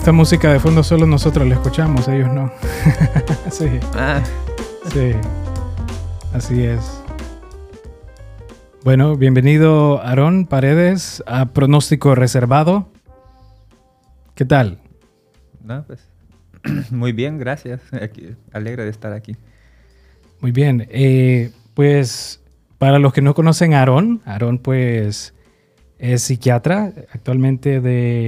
esta música de fondo solo nosotros la escuchamos, ellos no. Sí. Sí. Así es. Bueno, bienvenido Aarón Paredes a Pronóstico Reservado. ¿Qué tal? No, pues muy bien, gracias. Alegre de estar aquí. Muy bien. Pues para los que no conocen a Aarón pues es psiquiatra actualmente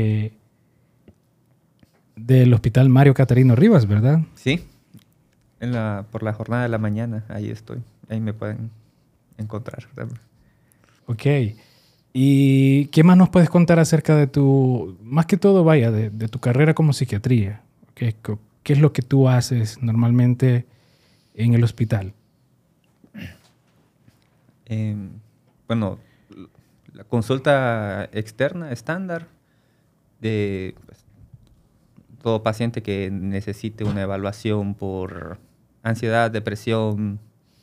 del Hospital Mario Catarino Rivas, ¿verdad? Sí, por la jornada de la mañana, ahí estoy. Ahí me pueden encontrar. Ok. ¿Y qué más nos puedes contar acerca de más que todo, vaya, de tu carrera como psiquiatría? ¿Qué es lo que tú haces normalmente en el hospital? Bueno, la consulta externa estándar de pues, todo paciente que necesite una evaluación por ansiedad, depresión,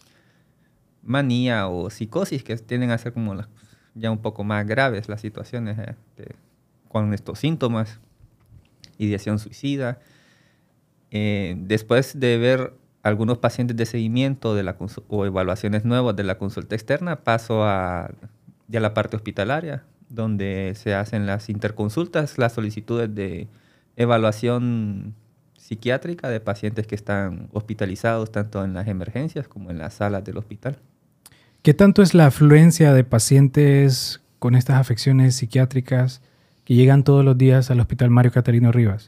manía o psicosis, que tienden a ser como ya un poco más graves las situaciones con estos síntomas, ideación suicida. Después de ver algunos pacientes de seguimiento o evaluaciones nuevas de la consulta externa, paso ya a la parte hospitalaria, donde se hacen las interconsultas, las solicitudes de evaluación psiquiátrica de pacientes que están hospitalizados tanto en las emergencias como en las salas del hospital. ¿Qué tanto es la afluencia de pacientes con estas afecciones psiquiátricas que llegan todos los días al Hospital Mario Catarino Rivas?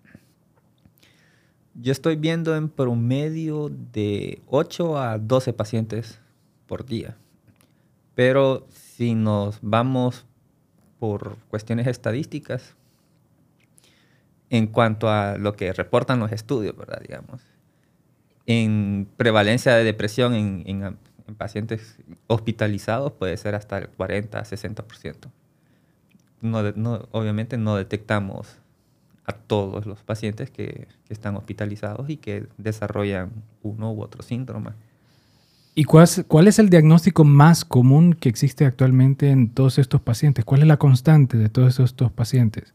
Yo estoy viendo en promedio de 8 a 12 pacientes por día. Pero si nos vamos por cuestiones estadísticas, en cuanto a lo que reportan los estudios, ¿verdad? Digamos, en prevalencia de depresión en pacientes hospitalizados puede ser hasta el 40 a 60%. Obviamente no detectamos a todos los pacientes que están hospitalizados y que desarrollan uno u otro síndrome. ¿Y cuál es el diagnóstico más común que existe actualmente en todos estos pacientes? ¿Cuál es la constante de todos estos pacientes?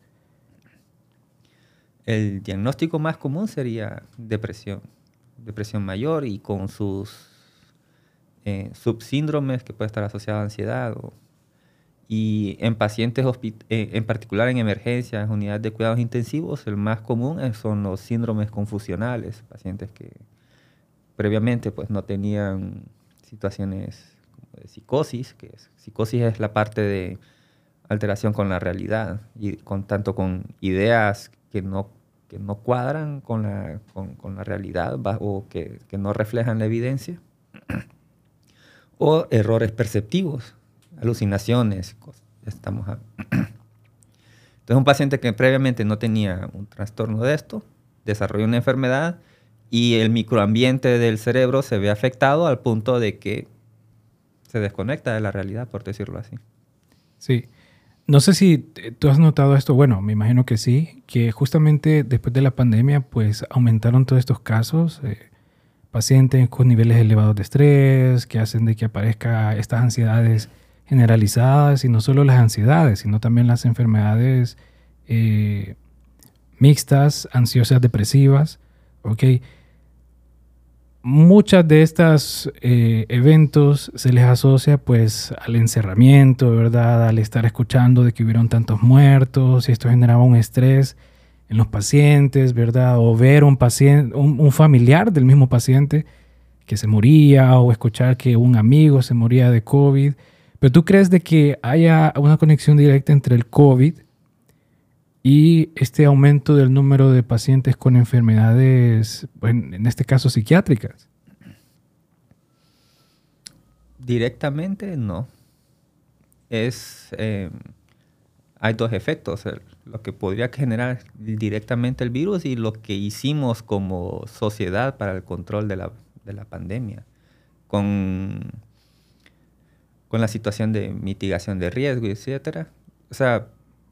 El diagnóstico más común sería depresión mayor y con sus subsíndromes que puede estar asociado a ansiedad. Y en pacientes, en particular en emergencias, unidades de cuidados intensivos, el más común son los síndromes confusionales, pacientes que previamente pues, no tenían situaciones como de psicosis, psicosis es la parte de alteración con la realidad, y tanto con ideas que no cuadran con la realidad o que no reflejan la evidencia, o errores perceptivos, alucinaciones. Entonces un paciente que previamente no tenía un trastorno de esto, desarrolla una enfermedad y el microambiente del cerebro se ve afectado al punto de que se desconecta de la realidad, por decirlo así. Sí. No sé si tú has notado esto, bueno, me imagino que sí, que justamente después de la pandemia pues aumentaron todos estos casos, pacientes con niveles elevados de estrés, que hacen de que aparezcan estas ansiedades generalizadas, y no solo las ansiedades, sino también las enfermedades mixtas, ansiosas depresivas, ¿ok? Muchas de estas eventos se les asocia pues al encerramiento, ¿verdad? Al estar escuchando de que hubieron tantos muertos y esto generaba un estrés en los pacientes, ¿verdad? O ver un familiar del mismo paciente que se moría, o escuchar que un amigo se moría de COVID. ¿Pero tú crees de que haya una conexión directa entre el COVID y este aumento del número de pacientes con enfermedades, en este caso psiquiátricas? Directamente no. Hay dos efectos, lo que podría generar directamente el virus y lo que hicimos como sociedad para el control de la pandemia, con la situación de mitigación de riesgo, etc. O sea,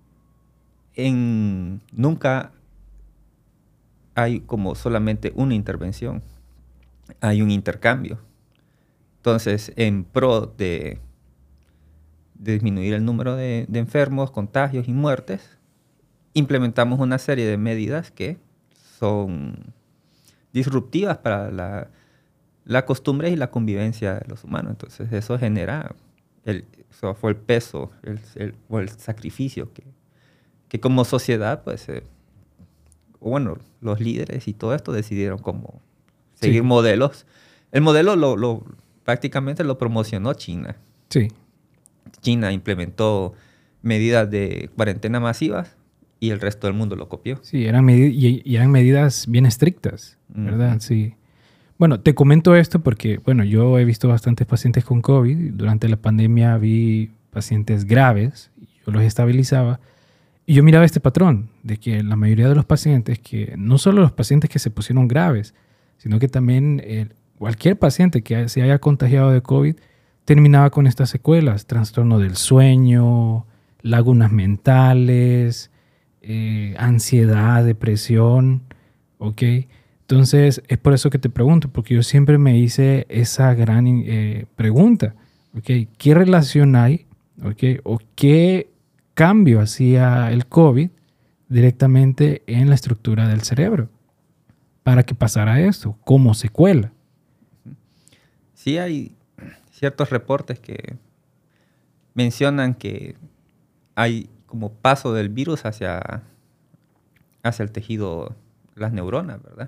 nunca hay como solamente una intervención, hay un intercambio. Entonces, en pro de disminuir el número de enfermos, contagios y muertes, implementamos una serie de medidas que son disruptivas para la costumbre y la convivencia de los humanos. Entonces eso genera, eso fue el peso o el sacrificio que como sociedad, pues, bueno, los líderes y todo esto decidieron como seguir modelos. El modelo prácticamente lo promocionó China. Sí. China implementó medidas de cuarentena masivas y el resto del mundo lo copió. Sí, eran medidas bien estrictas, ¿verdad? Sí. Bueno, te comento esto porque, bueno, yo he visto bastantes pacientes con COVID. Durante la pandemia vi pacientes graves, yo los estabilizaba. Y yo miraba este patrón de que la mayoría de los pacientes, que no solo los pacientes que se pusieron graves, sino que también cualquier paciente que se haya contagiado de COVID terminaba con estas secuelas: trastorno del sueño, lagunas mentales, ansiedad, depresión, ¿ok? Entonces, es por eso que te pregunto, porque yo siempre me hice esa gran pregunta, ¿ok? ¿Qué relación hay, ¿ok? ¿O qué cambio hacía el COVID directamente en la estructura del cerebro para que pasara esto como secuela? Sí, hay ciertos reportes que mencionan que hay como paso del virus hacia el tejido, las neuronas, ¿verdad?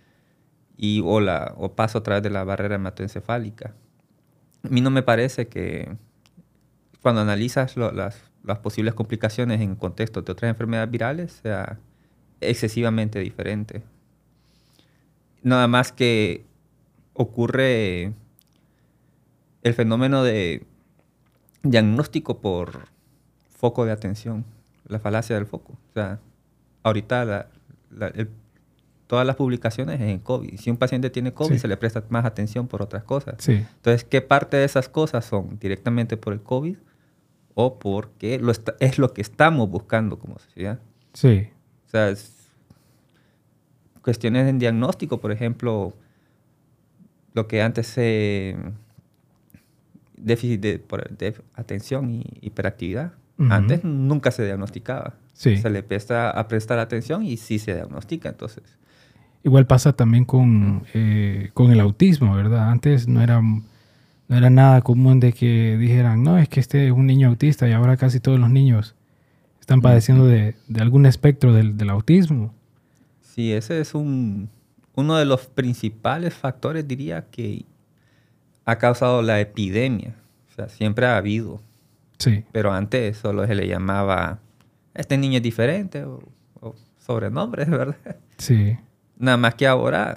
O paso a través de la barrera hematoencefálica. A mí no me parece que cuando analizas las posibles complicaciones en contexto de otras enfermedades virales sea excesivamente diferente. Nada más que ocurre el fenómeno de diagnóstico por foco de atención, la falacia del foco. O sea, ahorita todas las publicaciones es en COVID. Si un paciente tiene COVID, se le presta más atención por otras cosas. Sí. Entonces, ¿qué parte de esas cosas son directamente por el COVID o porque es lo que estamos buscando como sociedad? Sí. O sea, cuestiones en diagnóstico, por ejemplo, lo que antes se... déficit de atención y hiperactividad. Antes nunca se diagnosticaba. Sí. Se le empieza a prestar atención y sí se diagnostica, entonces. Igual pasa también con el autismo, ¿verdad? Antes no era nada común de que dijeran, no, es que este es un niño autista, y ahora casi todos los niños están padeciendo de algún espectro del autismo. Sí, ese es uno de los principales factores, diría, que ha causado la epidemia. O sea, siempre ha habido. Sí. Pero antes solo se le llamaba, este niño es diferente, o sobrenombres, ¿verdad? Sí. Nada más que ahora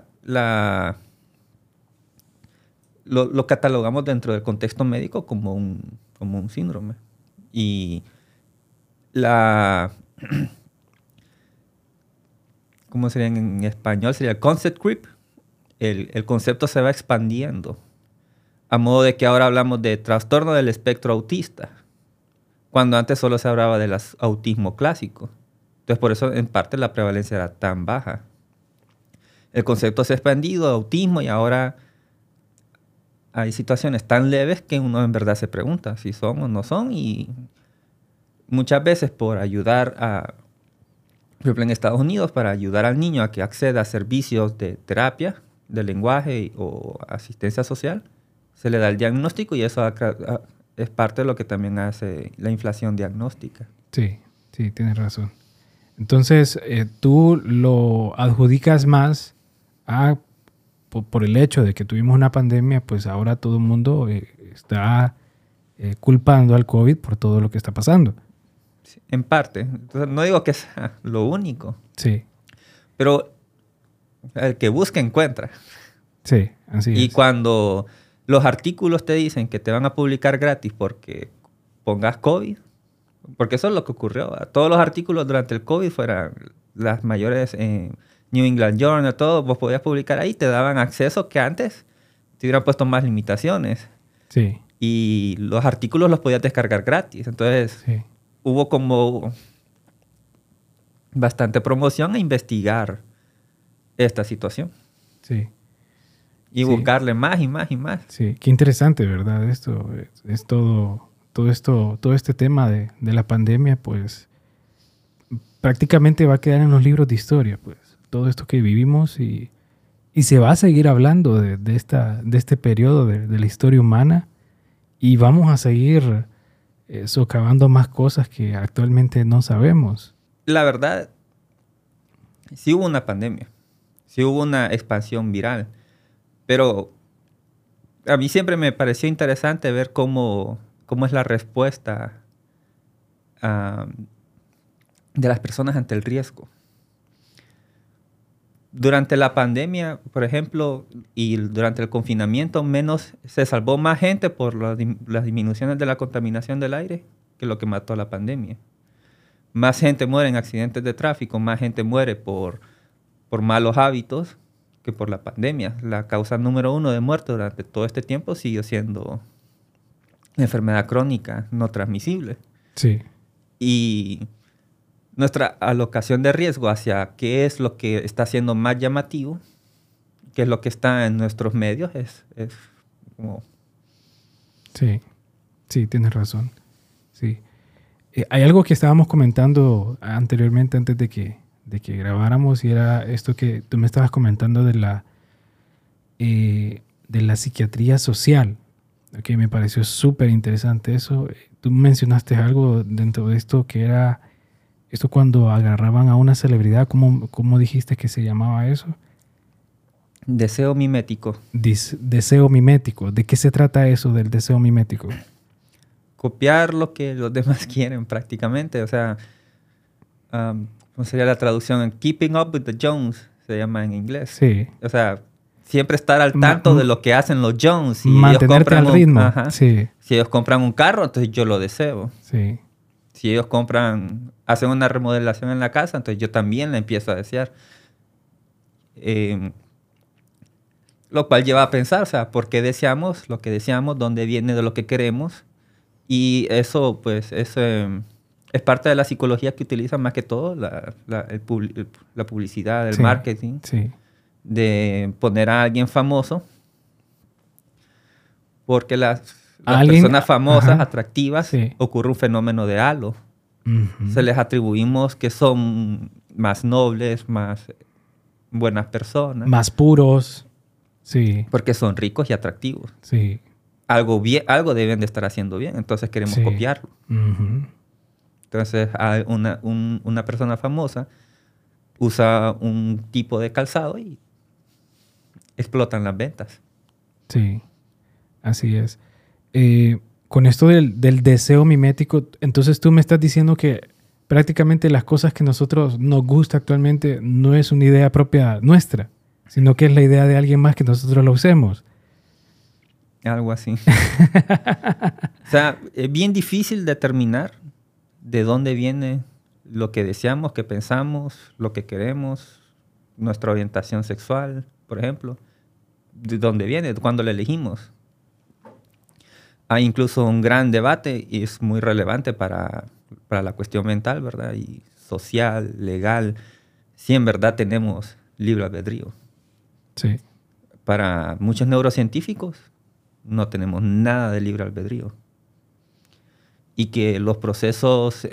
lo catalogamos dentro del contexto médico como un síndrome. Y ¿cómo sería en español? Sería concept creep. El concepto se va expandiendo. A modo de que ahora hablamos de trastorno del espectro autista, cuando antes solo se hablaba del autismo clásico. Entonces, por eso, en parte, la prevalencia era tan baja. El concepto se ha expandido, autismo, y ahora hay situaciones tan leves que uno en verdad se pregunta si son o no son. Y muchas veces por ayudar por ejemplo, en Estados Unidos, para ayudar al niño a que acceda a servicios de terapia, de lenguaje o asistencia social, se le da el diagnóstico, y eso es parte de lo que también hace la inflación diagnóstica. Sí, tienes razón. Entonces, tú lo adjudicas más por el hecho de que tuvimos una pandemia, pues ahora todo el mundo está culpando al COVID por todo lo que está pasando. Sí, en parte. Entonces, no digo que sea lo único. Sí. Pero el que busca, encuentra. Sí, así es. Y cuando los artículos te dicen que te van a publicar gratis porque pongas COVID, porque eso es lo que ocurrió. Todos los artículos durante el COVID fueran las mayores en New England Journal, todo, vos podías publicar ahí, te daban acceso que antes te hubieran puesto más limitaciones. Sí. Y los artículos los podías descargar gratis. Entonces, hubo como bastante promoción a investigar esta situación. Sí. Y buscarle más y más y más. Sí, qué interesante, ¿verdad? Esto es todo este tema de la pandemia, pues prácticamente va a quedar en los libros de historia, pues, todo esto que vivimos y se va a seguir hablando de este periodo de la historia humana y vamos a seguir socavando más cosas que actualmente no sabemos. La verdad, sí hubo una pandemia, sí hubo una expansión viral, pero a mí siempre me pareció interesante ver cómo es la respuesta de las personas ante el riesgo. Durante la pandemia, por ejemplo, y durante el confinamiento, se salvó más gente por las disminuciones de la contaminación del aire que lo que mató a la pandemia. Más gente muere en accidentes de tráfico, más gente muere por malos hábitos que por la pandemia. La causa número 1 de muerte durante todo este tiempo siguió siendo la enfermedad crónica no transmisible. Sí. Y nuestra alocación de riesgo hacia qué es lo que está siendo más llamativo, qué es lo que está en nuestros medios, es como... Sí, tienes razón. Sí. Hay algo que estábamos comentando anteriormente, antes de que grabáramos, y era esto que tú me estabas comentando de la psiquiatría social, que me pareció súper interesante eso. Tú mencionaste algo dentro de esto que era esto cuando agarraban a una celebridad, ¿cómo dijiste que se llamaba eso? Deseo mimético. Deseo mimético. ¿De qué se trata eso del deseo mimético? Copiar lo que los demás quieren prácticamente. O sea, ¿cómo sería la traducción? Keeping up with the Jones se llama en inglés. Sí. O sea, siempre estar al tanto de lo que hacen los Jones. Si mantenerte al ritmo. Sí. Si ellos compran un carro, entonces yo lo deseo. Sí. Si ellos hacen una remodelación en la casa, entonces yo también la empiezo a desear. Lo cual lleva a pensar, o sea, ¿por qué deseamos lo que deseamos? ¿Dónde viene de lo que queremos? Y eso, pues, es parte de la psicología que utilizan más que todo la publicidad, el marketing. Sí. De poner a alguien famoso. Porque las personas famosas, atractivas, ocurre un fenómeno de halo. Uh-huh. Se les atribuimos que son más nobles, más buenas personas. Más puros. Sí. Porque son ricos y atractivos. Sí. Algo deben de estar haciendo bien, entonces queremos copiarlo. Uh-huh. Entonces, una persona famosa usa un tipo de calzado y explotan las ventas. Sí, así es. Con esto del deseo mimético, entonces tú me estás diciendo que prácticamente las cosas que nosotros nos gusta actualmente no es una idea propia nuestra, sino que es la idea de alguien más que nosotros la usemos. Algo así. O sea, es bien difícil determinar de dónde viene lo que deseamos, que pensamos, lo que queremos, nuestra orientación sexual, por ejemplo. ¿De dónde viene? ¿Cuándo la elegimos? Hay incluso un gran debate y es muy relevante para la cuestión mental, ¿verdad? Y social, legal. Si en verdad tenemos libre albedrío. Sí. Para muchos neurocientíficos no tenemos nada de libre albedrío. Y que los procesos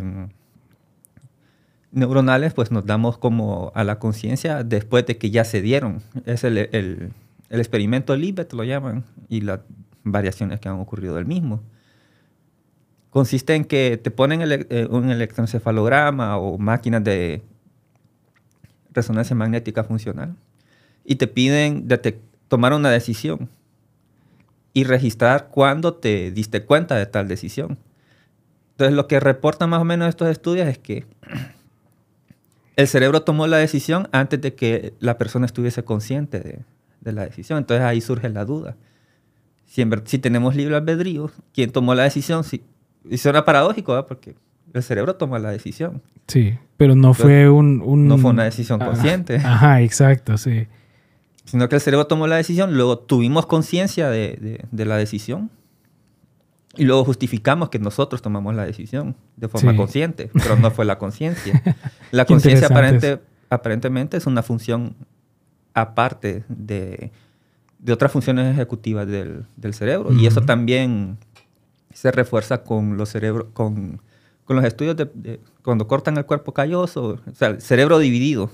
neuronales pues nos damos como a la conciencia después de que ya se dieron. Es el experimento Libet lo llaman, y las variaciones que han ocurrido del mismo. Consiste en que te ponen un electroencefalograma o máquinas de resonancia magnética funcional y te piden tomar una decisión y registrar cuándo te diste cuenta de tal decisión. Entonces, lo que reportan más o menos estos estudios es que el cerebro tomó la decisión antes de que la persona estuviese consciente de la decisión. Entonces, ahí surge la duda. Si tenemos libre albedrío, ¿quién tomó la decisión? Y suena paradójico, ¿verdad? Porque el cerebro toma la decisión. Sí, pero no fue no fue una decisión consciente. Ajá, exacto, sí. Sino que el cerebro tomó la decisión, luego tuvimos conciencia de la decisión y luego justificamos que nosotros tomamos la decisión de forma consciente, pero no fue la conciencia. La conciencia aparentemente es una función aparte de otras funciones ejecutivas del cerebro. Uh-huh. Y eso también se refuerza con con los estudios de cuando cortan el cuerpo calloso, o sea, el cerebro dividido.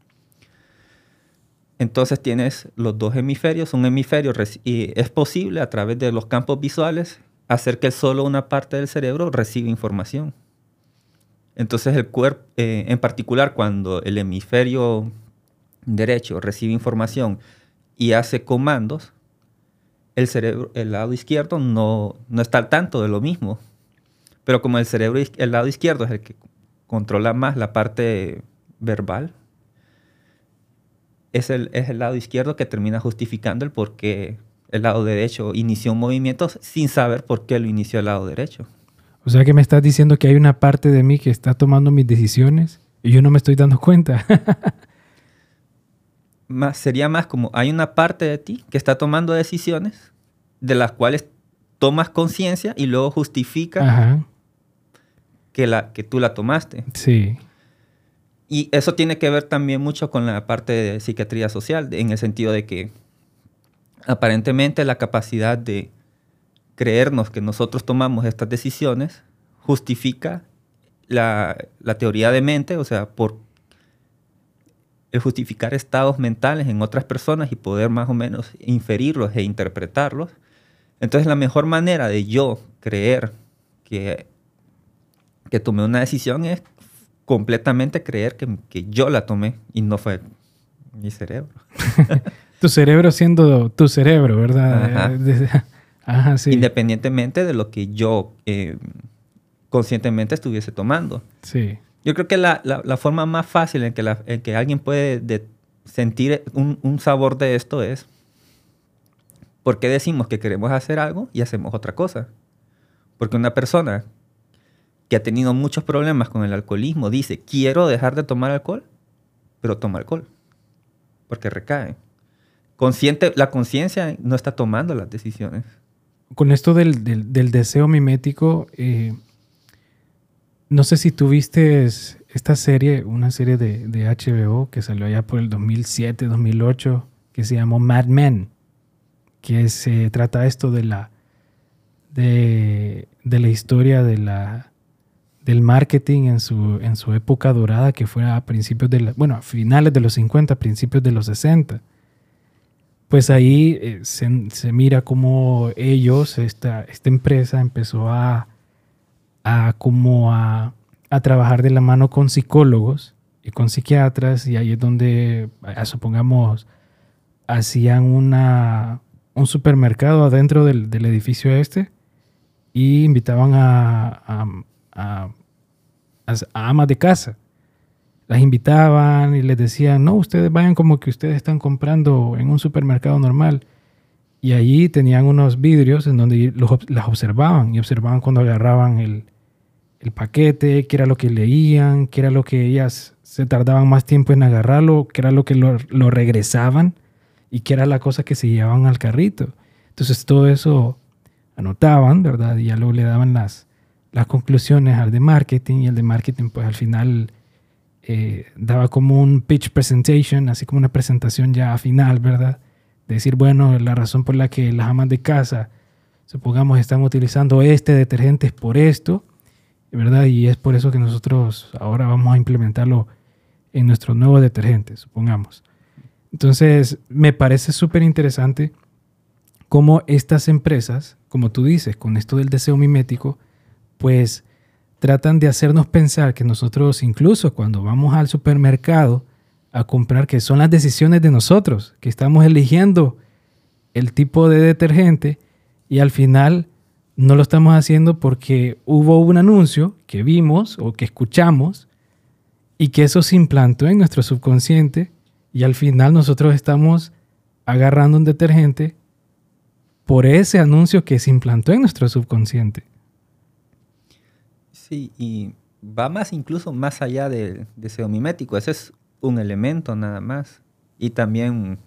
Entonces tienes los dos hemisferios. Un hemisferio y es posible a través de los campos visuales hacer que solo una parte del cerebro reciba información. Entonces el cuerpo, en particular cuando el hemisferio derecho recibe información y hace comandos, el cerebro, el lado izquierdo no está al tanto de lo mismo. Pero como el lado izquierdo es el que controla más la parte verbal, es el lado izquierdo que termina justificando el por qué el lado derecho inició un movimiento sin saber por qué lo inició el lado derecho. O sea que me estás diciendo que hay una parte de mí que está tomando mis decisiones y yo no me estoy dando cuenta. Sería más como hay una parte de ti que está tomando decisiones de las cuales tomas conciencia y luego justifica que tú la tomaste. Sí. Y eso tiene que ver también mucho con la parte de psiquiatría social, en el sentido de que aparentemente la capacidad de creernos que nosotros tomamos estas decisiones justifica la teoría de mente, o sea, por el justificar estados mentales en otras personas y poder más o menos inferirlos e interpretarlos. Entonces la mejor manera de yo creer que tomé una decisión es completamente creer que yo la tomé y no fue mi cerebro. Tu cerebro siendo tu cerebro, ¿verdad? Ajá. Ajá, sí. Independientemente de lo que yo conscientemente estuviese tomando. Sí. Yo creo que la forma más fácil en que alguien puede sentir un sabor de esto es por qué decimos que queremos hacer algo y hacemos otra cosa. Porque una persona que ha tenido muchos problemas con el alcoholismo dice, quiero dejar de tomar alcohol, pero toma alcohol, porque recae. La conciencia no está tomando las decisiones. Con esto del deseo mimético, no sé si tuviste esta serie, una serie de HBO que salió allá por el 2007, 2008, que se llamó Mad Men, que se trata esto de la historia del marketing en su época dorada, que fue a finales de los 50, principios de los 60. Pues ahí se mira cómo ellos, esta empresa, empezó a trabajar de la mano con psicólogos y con psiquiatras, y ahí es donde, supongamos, hacían un supermercado adentro del edificio y invitaban a amas de casa. Las invitaban y les decían, no, ustedes vayan como que ustedes están comprando en un supermercado normal. Y allí tenían unos vidrios en donde las observaban y observaban cuando agarraban el paquete, qué era lo que leían, qué era lo que ellas se tardaban más tiempo en agarrarlo, qué era lo que lo regresaban y qué era la cosa que se llevaban al carrito. Entonces todo eso anotaban, ¿verdad? Y ya luego le daban las conclusiones al de marketing, y el de marketing pues al final daba como un pitch presentation, así como una presentación ya final, ¿verdad? De decir, bueno, la razón por la que las amas de casa, supongamos, están utilizando este detergente es por esto, ¿verdad? Y es por eso que nosotros ahora vamos a implementarlo en nuestro nuevo detergente, supongamos. Entonces, me parece súper interesante cómo estas empresas, como tú dices, con esto del deseo mimético, pues tratan de hacernos pensar que nosotros, incluso cuando vamos al supermercado a comprar, que son las decisiones de nosotros, que estamos eligiendo el tipo de detergente, y al final no lo estamos haciendo porque hubo un anuncio que vimos o que escuchamos y que eso se implantó en nuestro subconsciente, y al final nosotros estamos agarrando un detergente por ese anuncio que se implantó en nuestro subconsciente. Sí, y va incluso más allá del deseo mimético. Ese es un elemento nada más. Y también,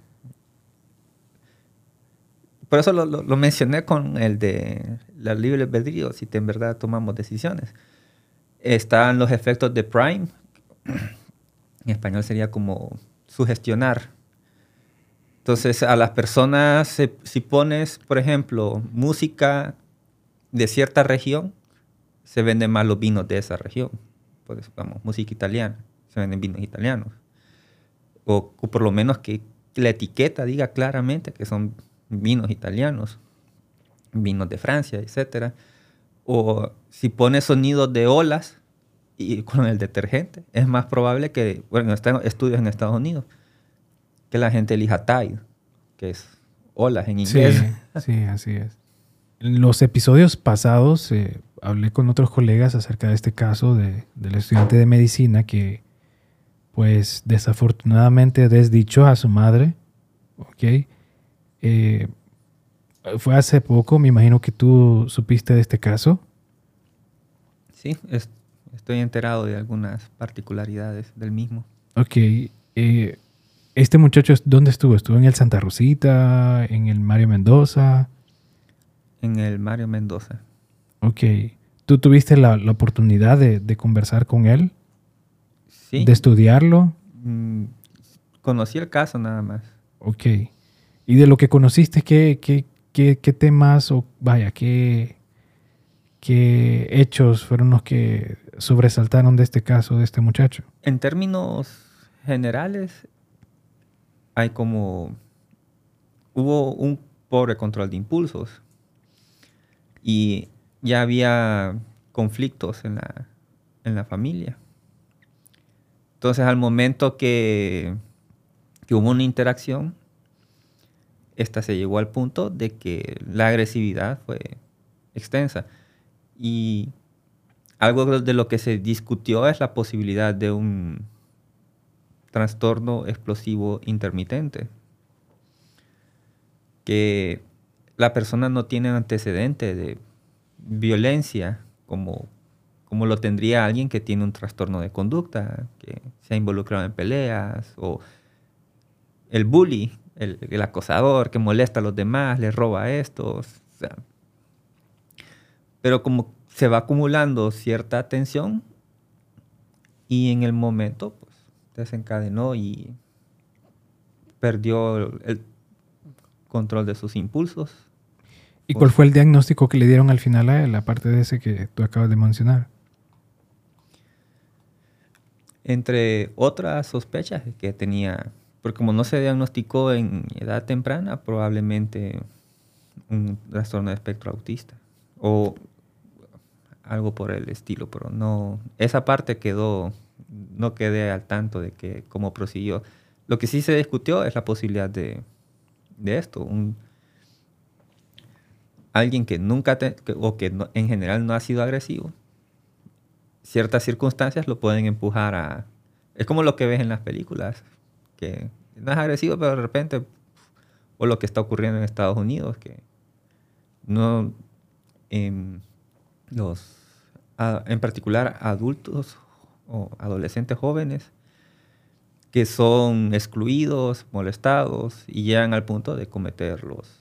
por eso lo mencioné con el de la libre albedrío, si en verdad tomamos decisiones. Están los efectos de Prime. En español sería como sugestionar. Entonces, a las personas, si pones, por ejemplo, música de cierta región, se venden más los vinos de esa región. Por eso, vamos, música italiana, se venden vinos italianos. O por lo menos que la etiqueta diga claramente que son vinos italianos, vinos de Francia, etcétera. O si pone sonidos de olas y con el detergente, es más probable que, bueno, están estudios en Estados Unidos, que la gente elija Tide, que es olas en inglés. Sí, sí, así es. En los episodios pasados hablé con otros colegas acerca de este caso del estudiante de medicina que, pues, desafortunadamente desdichó a su madre. ¿Ok? Fue hace poco, me imagino que tú supiste de este caso. Sí, estoy enterado de algunas particularidades del mismo. Ok. Este muchacho, ¿dónde estuvo? ¿Estuvo en el Santa Rosita? ¿En el Mario Mendoza? En el Mario Mendoza. Ok. ¿Tú tuviste la oportunidad de conversar con él? Sí. ¿De estudiarlo? Conocí el caso nada más. Ok. ¿Y de lo que conociste, qué temas o vaya, qué hechos fueron los que sobresaltaron de este caso, de este muchacho? En términos generales, hubo un pobre control de impulsos y ya había conflictos en la familia. Entonces, al momento que hubo una interacción, esta se llegó al punto de que la agresividad fue extensa. Y algo de lo que se discutió es la posibilidad de un trastorno explosivo intermitente. Que la persona no tiene antecedente de violencia como lo tendría alguien que tiene un trastorno de conducta, que se ha involucrado en peleas, o el bully, el acosador que molesta a los demás, les roba esto. O sea, pero como se va acumulando cierta tensión y en el momento pues, desencadenó y perdió el control de sus impulsos. ¿Y cuál fue el diagnóstico que le dieron al final a él, aparte de ese que tú acabas de mencionar? Entre otras sospechas que tenía, porque como no se diagnosticó en edad temprana, probablemente un trastorno de espectro autista o algo por el estilo, pero no, esa parte no quedé al tanto de que cómo prosiguió. Lo que sí se discutió es la posibilidad de esto, alguien que nunca en general no ha sido agresivo, ciertas circunstancias lo pueden empujar a... Es como lo que ves en las películas, que no es agresivo, pero de repente, o lo que está ocurriendo en Estados Unidos, que no... en particular adultos o adolescentes jóvenes que son excluidos, molestados y llegan al punto de cometer los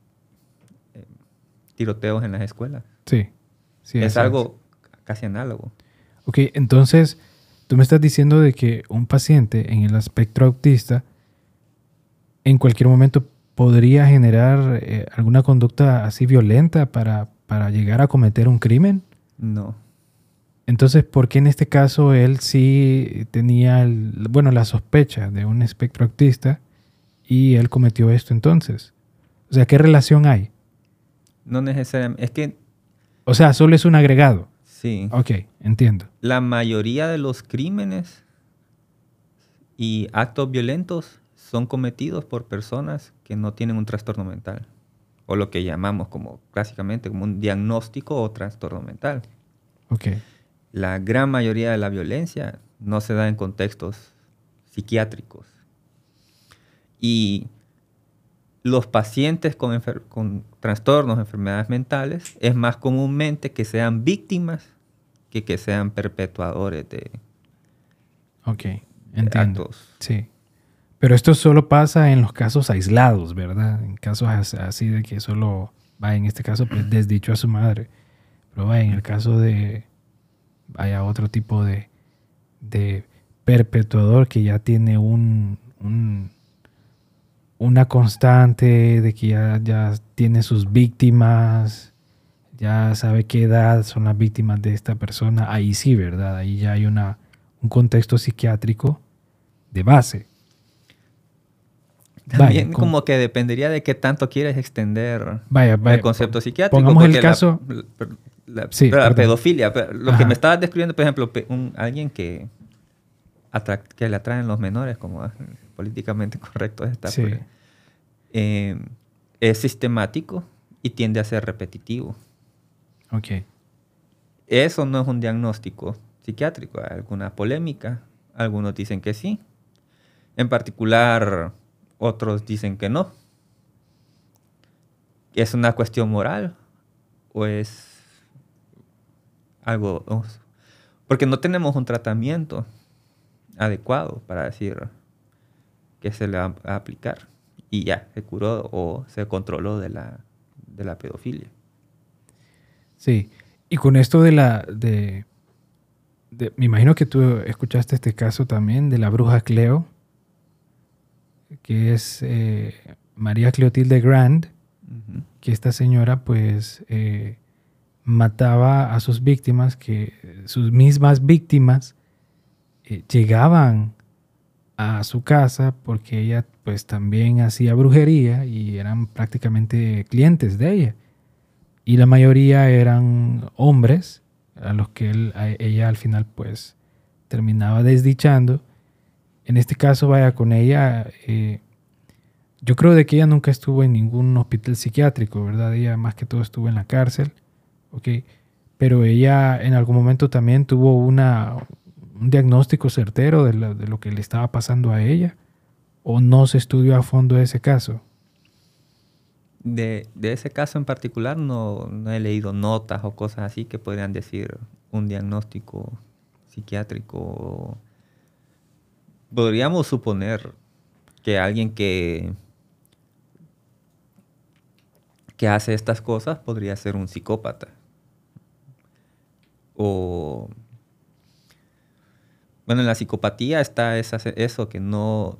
tiroteos en las escuelas. Sí. Es algo casi análogo. Ok, entonces tú me estás diciendo de que un paciente en el espectro autista en cualquier momento podría generar alguna conducta así violenta para llegar a cometer un crimen. No. Entonces, ¿por qué en este caso él sí tenía la sospecha de un espectro autista y él cometió esto entonces? O sea, ¿qué relación hay? No necesariamente. Es que... O sea, solo es un agregado. Sí. Ok, entiendo. La mayoría de los crímenes y actos violentos son cometidos por personas que no tienen un trastorno mental. O lo que llamamos clásicamente como un diagnóstico o trastorno mental. Ok. La gran mayoría de la violencia no se da en contextos psiquiátricos. Y los pacientes con trastornos, enfermedades mentales, es más comúnmente que sean víctimas que sean perpetuadores de actos. Sí. Pero esto solo pasa en los casos aislados, ¿verdad? En casos así de que solo en este caso, pues desdichó a su madre. Pero en el caso de otro tipo de perpetuador que ya tiene una constante, de que ya tiene sus víctimas, ya sabe qué edad son las víctimas de esta persona, ahí sí, ¿verdad? Ahí ya hay un contexto psiquiátrico de base. También como que dependería de qué tanto quieres extender el concepto psiquiátrico. Pongamos el caso... La pedofilia. Lo que me estabas describiendo, por ejemplo, alguien que le atraen los menores, como políticamente correcto está, sí. pues, es sistemático y tiende a ser repetitivo. Ok. Eso no es un diagnóstico psiquiátrico. Hay alguna polémica. Algunos dicen que sí. En particular, otros dicen que no. ¿Es una cuestión moral o es algo? Porque no tenemos un tratamiento adecuado para decir que se le va a aplicar y ya se curó o se controló de la pedofilia. Sí, y con esto me imagino que tú escuchaste este caso también de la bruja Cleo, que es María Cleotilde Grand, que esta señora pues mataba a sus víctimas, que sus mismas víctimas llegaban a su casa porque ella pues también hacía brujería y eran prácticamente clientes de ella. Y la mayoría eran hombres a los que ella al final pues terminaba desdichando. En este caso, vaya, con ella, yo creo de que ella nunca estuvo en ningún hospital psiquiátrico, ¿verdad? Ella más que todo estuvo en la cárcel, ¿ok? Pero ella en algún momento también tuvo un diagnóstico certero de lo que le estaba pasando a ella, ¿o no se estudió a fondo ese caso? De ese caso en particular no he leído notas o cosas así que podrían decir un diagnóstico psiquiátrico. Podríamos suponer que alguien que hace estas cosas podría ser un psicópata. O bueno, en la psicopatía está eso que no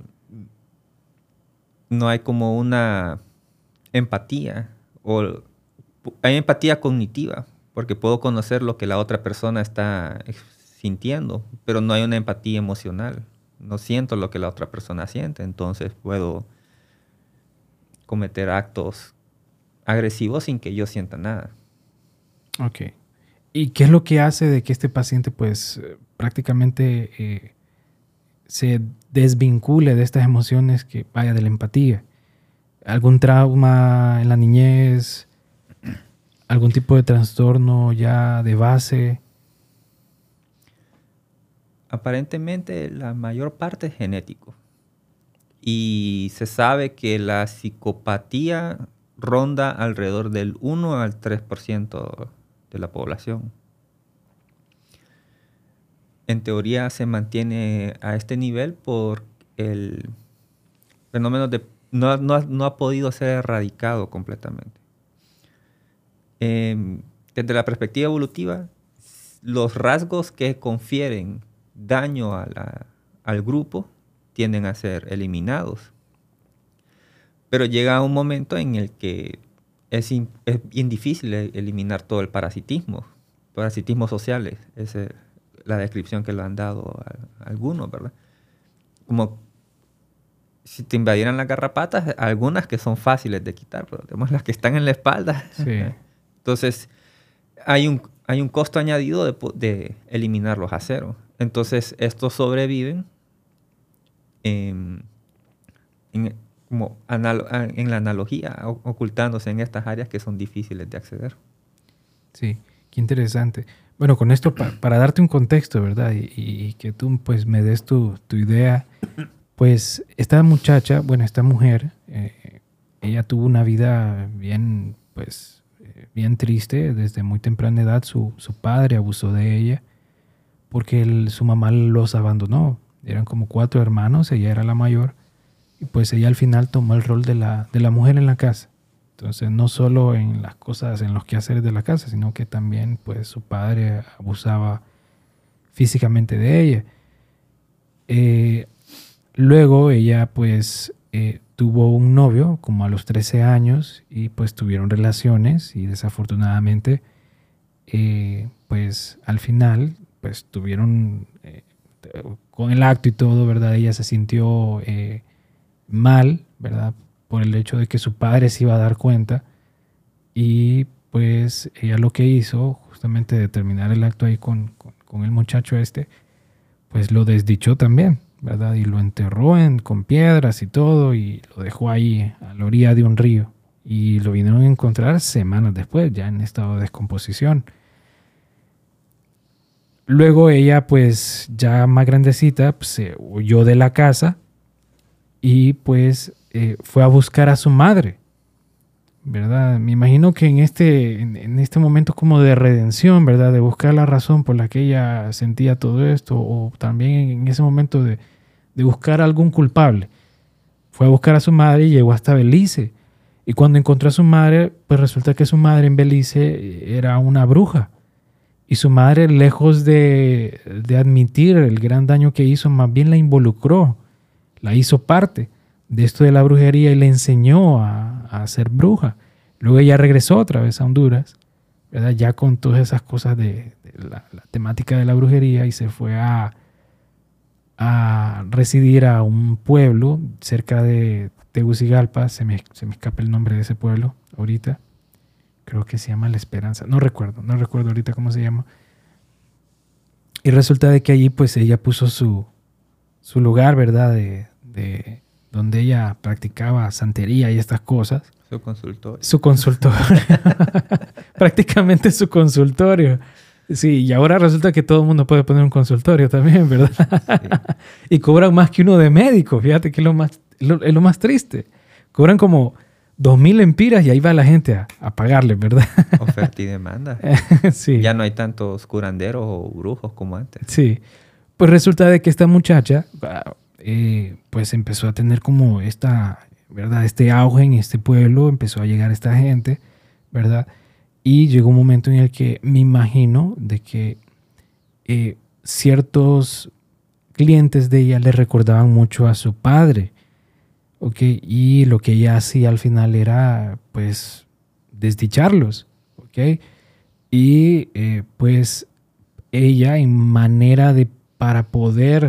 hay como una empatía, o hay empatía cognitiva, porque puedo conocer lo que la otra persona está sintiendo, pero no hay una empatía emocional. No siento lo que la otra persona siente, entonces puedo cometer actos agresivos sin que yo sienta nada. Ok. ¿Y qué es lo que hace de que este paciente pues prácticamente se desvincule de estas emociones, que vaya de la empatía? ¿Algún trauma en la niñez? ¿Algún tipo de trastorno ya de base? Aparentemente la mayor parte es genético. Y se sabe que la psicopatía ronda alrededor del 1 al 3% de la población. En teoría se mantiene a este nivel por el fenómeno de no ha podido ser erradicado completamente. Desde la perspectiva evolutiva, los rasgos que confieren daño al grupo tienden a ser eliminados. Pero llega un momento en el que es bien difícil eliminar todo el parasitismo sociales. Esa es la descripción que le han dado a algunos, ¿verdad? Como si te invadieran las garrapatas, algunas que son fáciles de quitar, pero tenemos las que están en la espalda. Sí. Entonces, hay un costo añadido de eliminarlos a cero. Entonces, estos sobreviven en la analogía, ocultándose en estas áreas que son difíciles de acceder. Sí, qué interesante. Bueno, con esto, para darte un contexto, ¿verdad? Y que tú pues me des tu idea, pues esta muchacha, bueno, esta mujer, ella tuvo una vida bien, pues, bien triste. Desde muy temprana edad su padre abusó de ella porque su mamá los abandonó. Eran como 4 hermanos, ella era la mayor, y pues ella al final tomó el rol de la mujer en la casa. Entonces, no solo en las cosas, en los quehaceres de la casa, sino que también pues su padre abusaba físicamente de ella. Luego ella pues tuvo un novio como a los 13 años y pues tuvieron relaciones y desafortunadamente pues al final pues tuvieron con el acto y todo, ¿verdad? Ella se sintió mal, ¿verdad? Por el hecho de que su padre se iba a dar cuenta y pues ella lo que hizo, justamente de terminar el acto ahí con el muchacho este, pues lo desdichó también, ¿verdad? Y lo enterró con piedras y todo y lo dejó ahí a la orilla de un río. Y lo vinieron a encontrar semanas después, ya en estado de descomposición. Luego ella, pues ya más grandecita, pues, se huyó de la casa y pues fue a buscar a su madre, ¿verdad? Me imagino que en este momento como de redención, ¿verdad? De buscar la razón por la que ella sentía todo esto, o también en ese momento de buscar a algún culpable. Fue a buscar a su madre y llegó hasta Belice. Y cuando encontró a su madre, pues resulta que su madre en Belice era una bruja. Y su madre, lejos de admitir el gran daño que hizo, más bien la involucró, la hizo parte de esto de la brujería y le enseñó a ser bruja. Luego ella regresó otra vez a Honduras, ¿verdad? Ya con todas esas cosas de la temática de la brujería y se fue a residir a un pueblo cerca de Tegucigalpa. Se me escapa el nombre de ese pueblo ahorita. Creo que se llama La Esperanza. No recuerdo ahorita cómo se llama. Y resulta de que allí pues ella puso su lugar, ¿verdad? De donde ella practicaba santería y estas cosas. Su consultorio. Su consultorio. Prácticamente su consultorio. Sí, y ahora resulta que todo el mundo puede poner un consultorio también, ¿verdad? Sí. Y cobran más que uno de médico. Fíjate que es lo más triste. Cobran como 2,000 lempiras y ahí va la gente a pagarle, ¿verdad? Oferta y demanda. Sí. Ya no hay tantos curanderos o brujos como antes. Sí. Pues resulta de que esta muchacha pues empezó a tener como ¿verdad? Este auge en este pueblo, empezó a llegar esta gente, ¿verdad? Y llegó un momento en el que me imagino de que ciertos clientes de ella le recordaban mucho a su padre, ¿ok? Y lo que ella hacía al final era, pues, desdicharlos, ¿ok? Y pues ella en manera para poder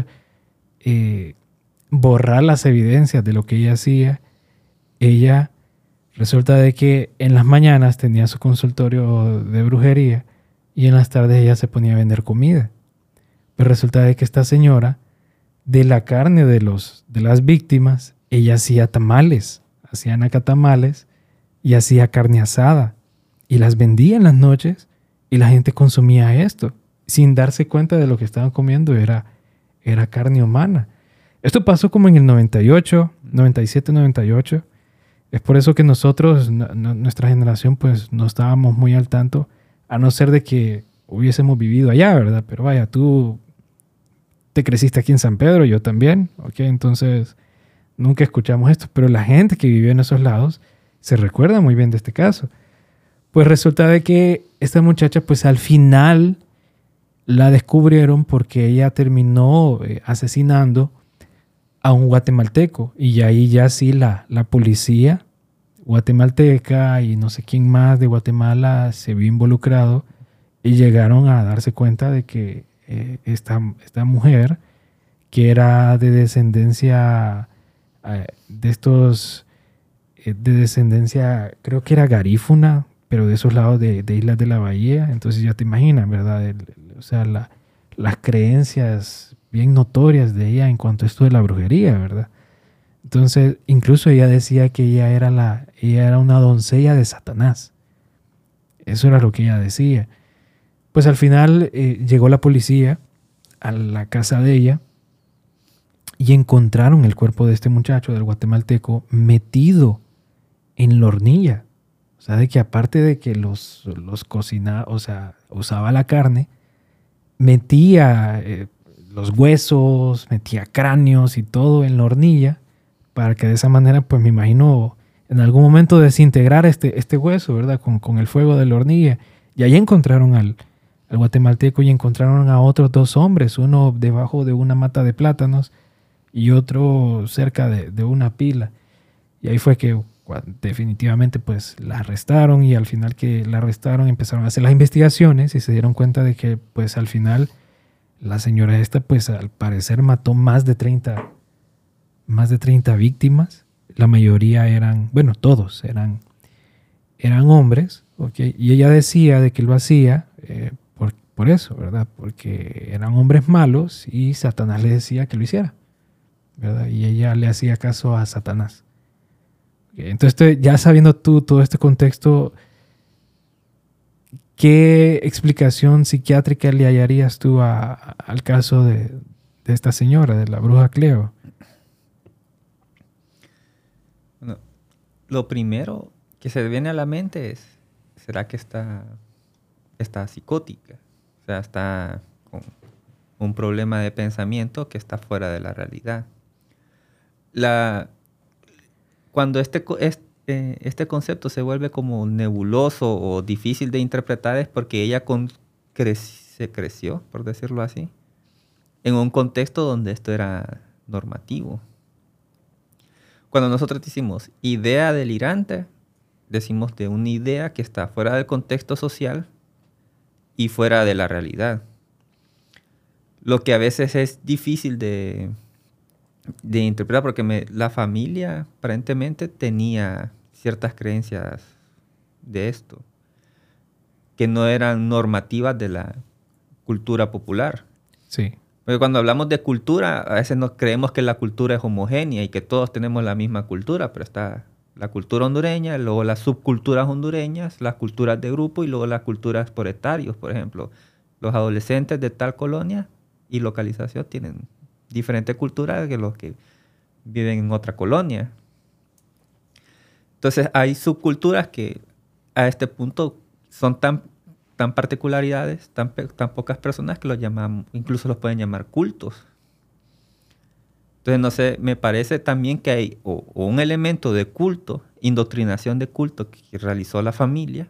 borrar las evidencias de lo que ella hacía, ella resulta de que en las mañanas tenía su consultorio de brujería y en las tardes ella se ponía a vender comida. Pero resulta de que esta señora, de la carne de las víctimas, ella hacía tamales, hacía nacatamales y hacía carne asada y las vendía en las noches y la gente consumía esto sin darse cuenta de lo que estaban comiendo era carne humana. Esto pasó como en el 98, 97, 98. Es por eso que nosotros, nuestra generación, pues no estábamos muy al tanto, a no ser de que hubiésemos vivido allá, ¿verdad? Pero vaya, tú te creciste aquí en San Pedro, yo también, ¿ok? Entonces nunca escuchamos esto, pero la gente que vivió en esos lados se recuerda muy bien de este caso. Pues resulta de que esta muchacha, pues al final la descubrieron porque ella terminó asesinando a un guatemalteco y ahí ya sí la policía guatemalteca y no sé quién más de Guatemala se vio involucrado y llegaron a darse cuenta de que esta mujer, que era de descendencia de descendencia, creo que era garífuna, pero de esos lados de Islas de la Bahía, entonces ya te imaginas, ¿verdad? O sea, las creencias bien notorias de ella en cuanto a esto de la brujería, ¿verdad? Entonces, incluso ella decía que ella era una doncella de Satanás. Eso era lo que ella decía. Pues al final llegó la policía a la casa de ella y encontraron el cuerpo de este muchacho, del guatemalteco, metido en la hornilla. O sea, de que aparte de que los cocinaba, o sea, usaba la carne, metía los huesos, metía cráneos y todo en la hornilla para que de esa manera, pues me imagino, en algún momento desintegrar este hueso, ¿verdad? Con el fuego de la hornilla. Y ahí encontraron al guatemalteco y encontraron a otros 2 hombres, uno debajo de una mata de plátanos y otro cerca de una pila. Y ahí fue que definitivamente pues la arrestaron, y al final que la arrestaron empezaron a hacer las investigaciones y se dieron cuenta de que pues al final la señora esta pues al parecer mató más de 30 víctimas. La mayoría eran, bueno, todos eran hombres, ¿ok? Y ella decía de que lo hacía por eso, ¿verdad? Porque eran hombres malos y Satanás le decía que lo hiciera, ¿verdad? Y ella le hacía caso a Satanás. Entonces, ya sabiendo tú todo este contexto, ¿qué explicación psiquiátrica le hallarías tú al caso de esta señora, de la bruja Cleo? Bueno, lo primero que se viene a la mente es, ¿será que está psicótica? O sea, está con un problema de pensamiento que está fuera de la realidad. Cuando este concepto se vuelve como nebuloso o difícil de interpretar es porque ella se creció, por decirlo así, en un contexto donde esto era normativo. Cuando nosotros decimos idea delirante, decimos de una idea que está fuera del contexto social y fuera de la realidad. Lo que a veces es difícil de interpretar porque la familia aparentemente tenía ciertas creencias de esto que no eran normativas de la cultura popular. Sí. Porque cuando hablamos de cultura, a veces nos creemos que la cultura es homogénea y que todos tenemos la misma cultura, pero está la cultura hondureña, luego las subculturas hondureñas, las culturas de grupo y luego las culturas por etarios. Por ejemplo, los adolescentes de tal colonia y localización tienen diferente cultura que los que viven en otra colonia. Entonces hay subculturas que a este punto son tan particularidades, tan pocas personas que los llaman, incluso los pueden llamar cultos. Entonces, no sé, me parece también que hay o un elemento de culto, indoctrinación de culto que realizó la familia,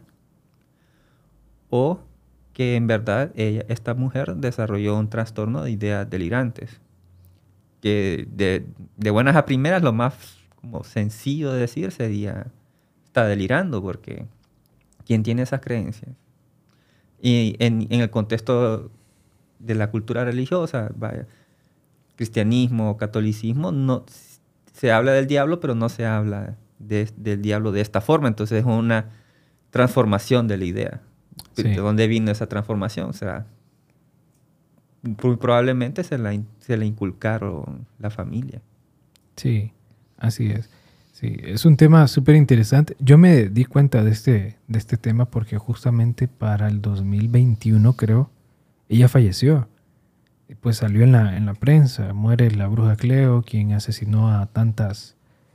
o que en verdad esta mujer desarrolló un trastorno de ideas delirantes. Que de buenas a primeras lo más como sencillo de decir sería, está delirando, porque ¿quién tiene esas creencias? Y en el contexto de la cultura religiosa, vaya, cristianismo, catolicismo, no se habla del diablo, pero no se habla del diablo de esta forma. Entonces es una transformación de la idea. Sí. ¿De dónde vino esa transformación? O sea, probablemente se la inculcaron la familia. Sí, así es. Sí, es un tema súper interesante. Yo me di cuenta de este tema porque justamente para el 2021, creo, ella falleció. Pues salió en la prensa, muere la bruja Cleo, quien asesinó a tantas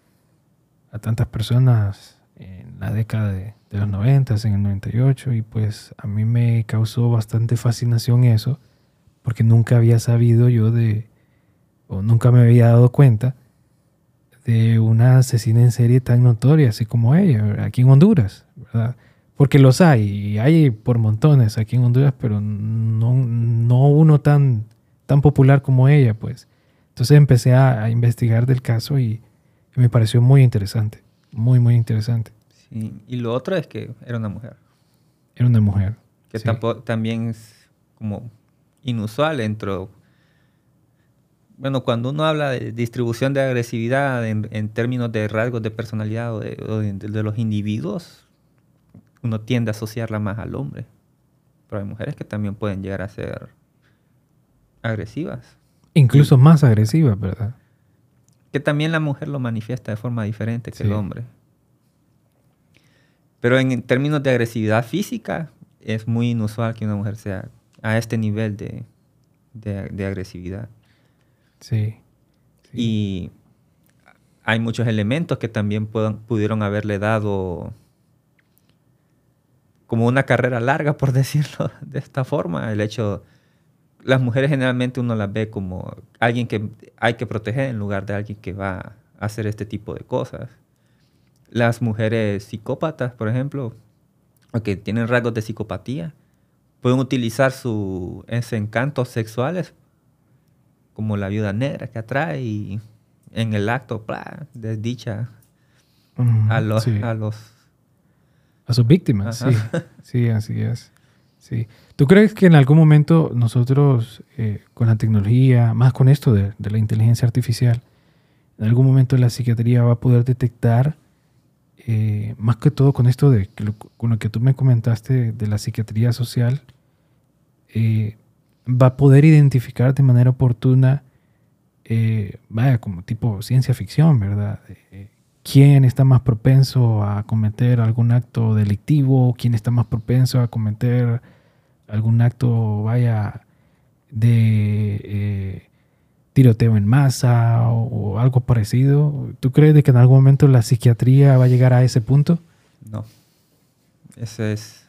personas en la década de los 90, en el 98, y pues a mí me causó bastante fascinación eso, porque nunca había sabido yo o nunca me había dado cuenta de una asesina en serie tan notoria, así como ella, aquí en Honduras, ¿verdad? Porque los hay, y hay por montones aquí en Honduras, pero no uno tan popular como ella, pues. Entonces empecé a investigar del caso y me pareció muy interesante, muy, muy interesante. Sí, y lo otro es que era una mujer. Era una mujer. Que sí. También es como inusual dentro. Bueno, cuando uno habla de distribución de agresividad en términos de rasgos de personalidad o de los individuos, uno tiende a asociarla más al hombre. Pero hay mujeres que también pueden llegar a ser agresivas. Incluso más agresivas, ¿verdad? Que también la mujer lo manifiesta de forma diferente que el hombre. Pero en términos de agresividad física, es muy inusual que una mujer sea a este nivel de agresividad. Sí. Y hay muchos elementos que también pudieron haberle dado como una carrera larga, por decirlo de esta forma. El hecho, las mujeres generalmente uno las ve como alguien que hay que proteger en lugar de alguien que va a hacer este tipo de cosas. Las mujeres psicópatas, por ejemplo, o que tienen rasgos de psicopatía, pueden utilizar sus encantos sexuales como la viuda negra que atrae y en el acto, desdicha, a los, Sí. a los... A sus víctimas, Ajá. sí. Sí, así es. Sí. ¿Tú crees que en algún momento nosotros, con la tecnología, más con esto de la inteligencia artificial, en algún momento la psiquiatría va a poder detectar, más que todo con esto con lo que tú me comentaste de la psiquiatría social, va a poder identificar de manera oportuna, vaya, como tipo ciencia ficción, ¿verdad? ¿Quién está más propenso a cometer algún acto delictivo? ¿Quién está más propenso a cometer algún acto, vaya, de tiroteo en masa o algo parecido? ¿Tú crees de que en algún momento la psiquiatría va a llegar a ese punto? No. Ese es...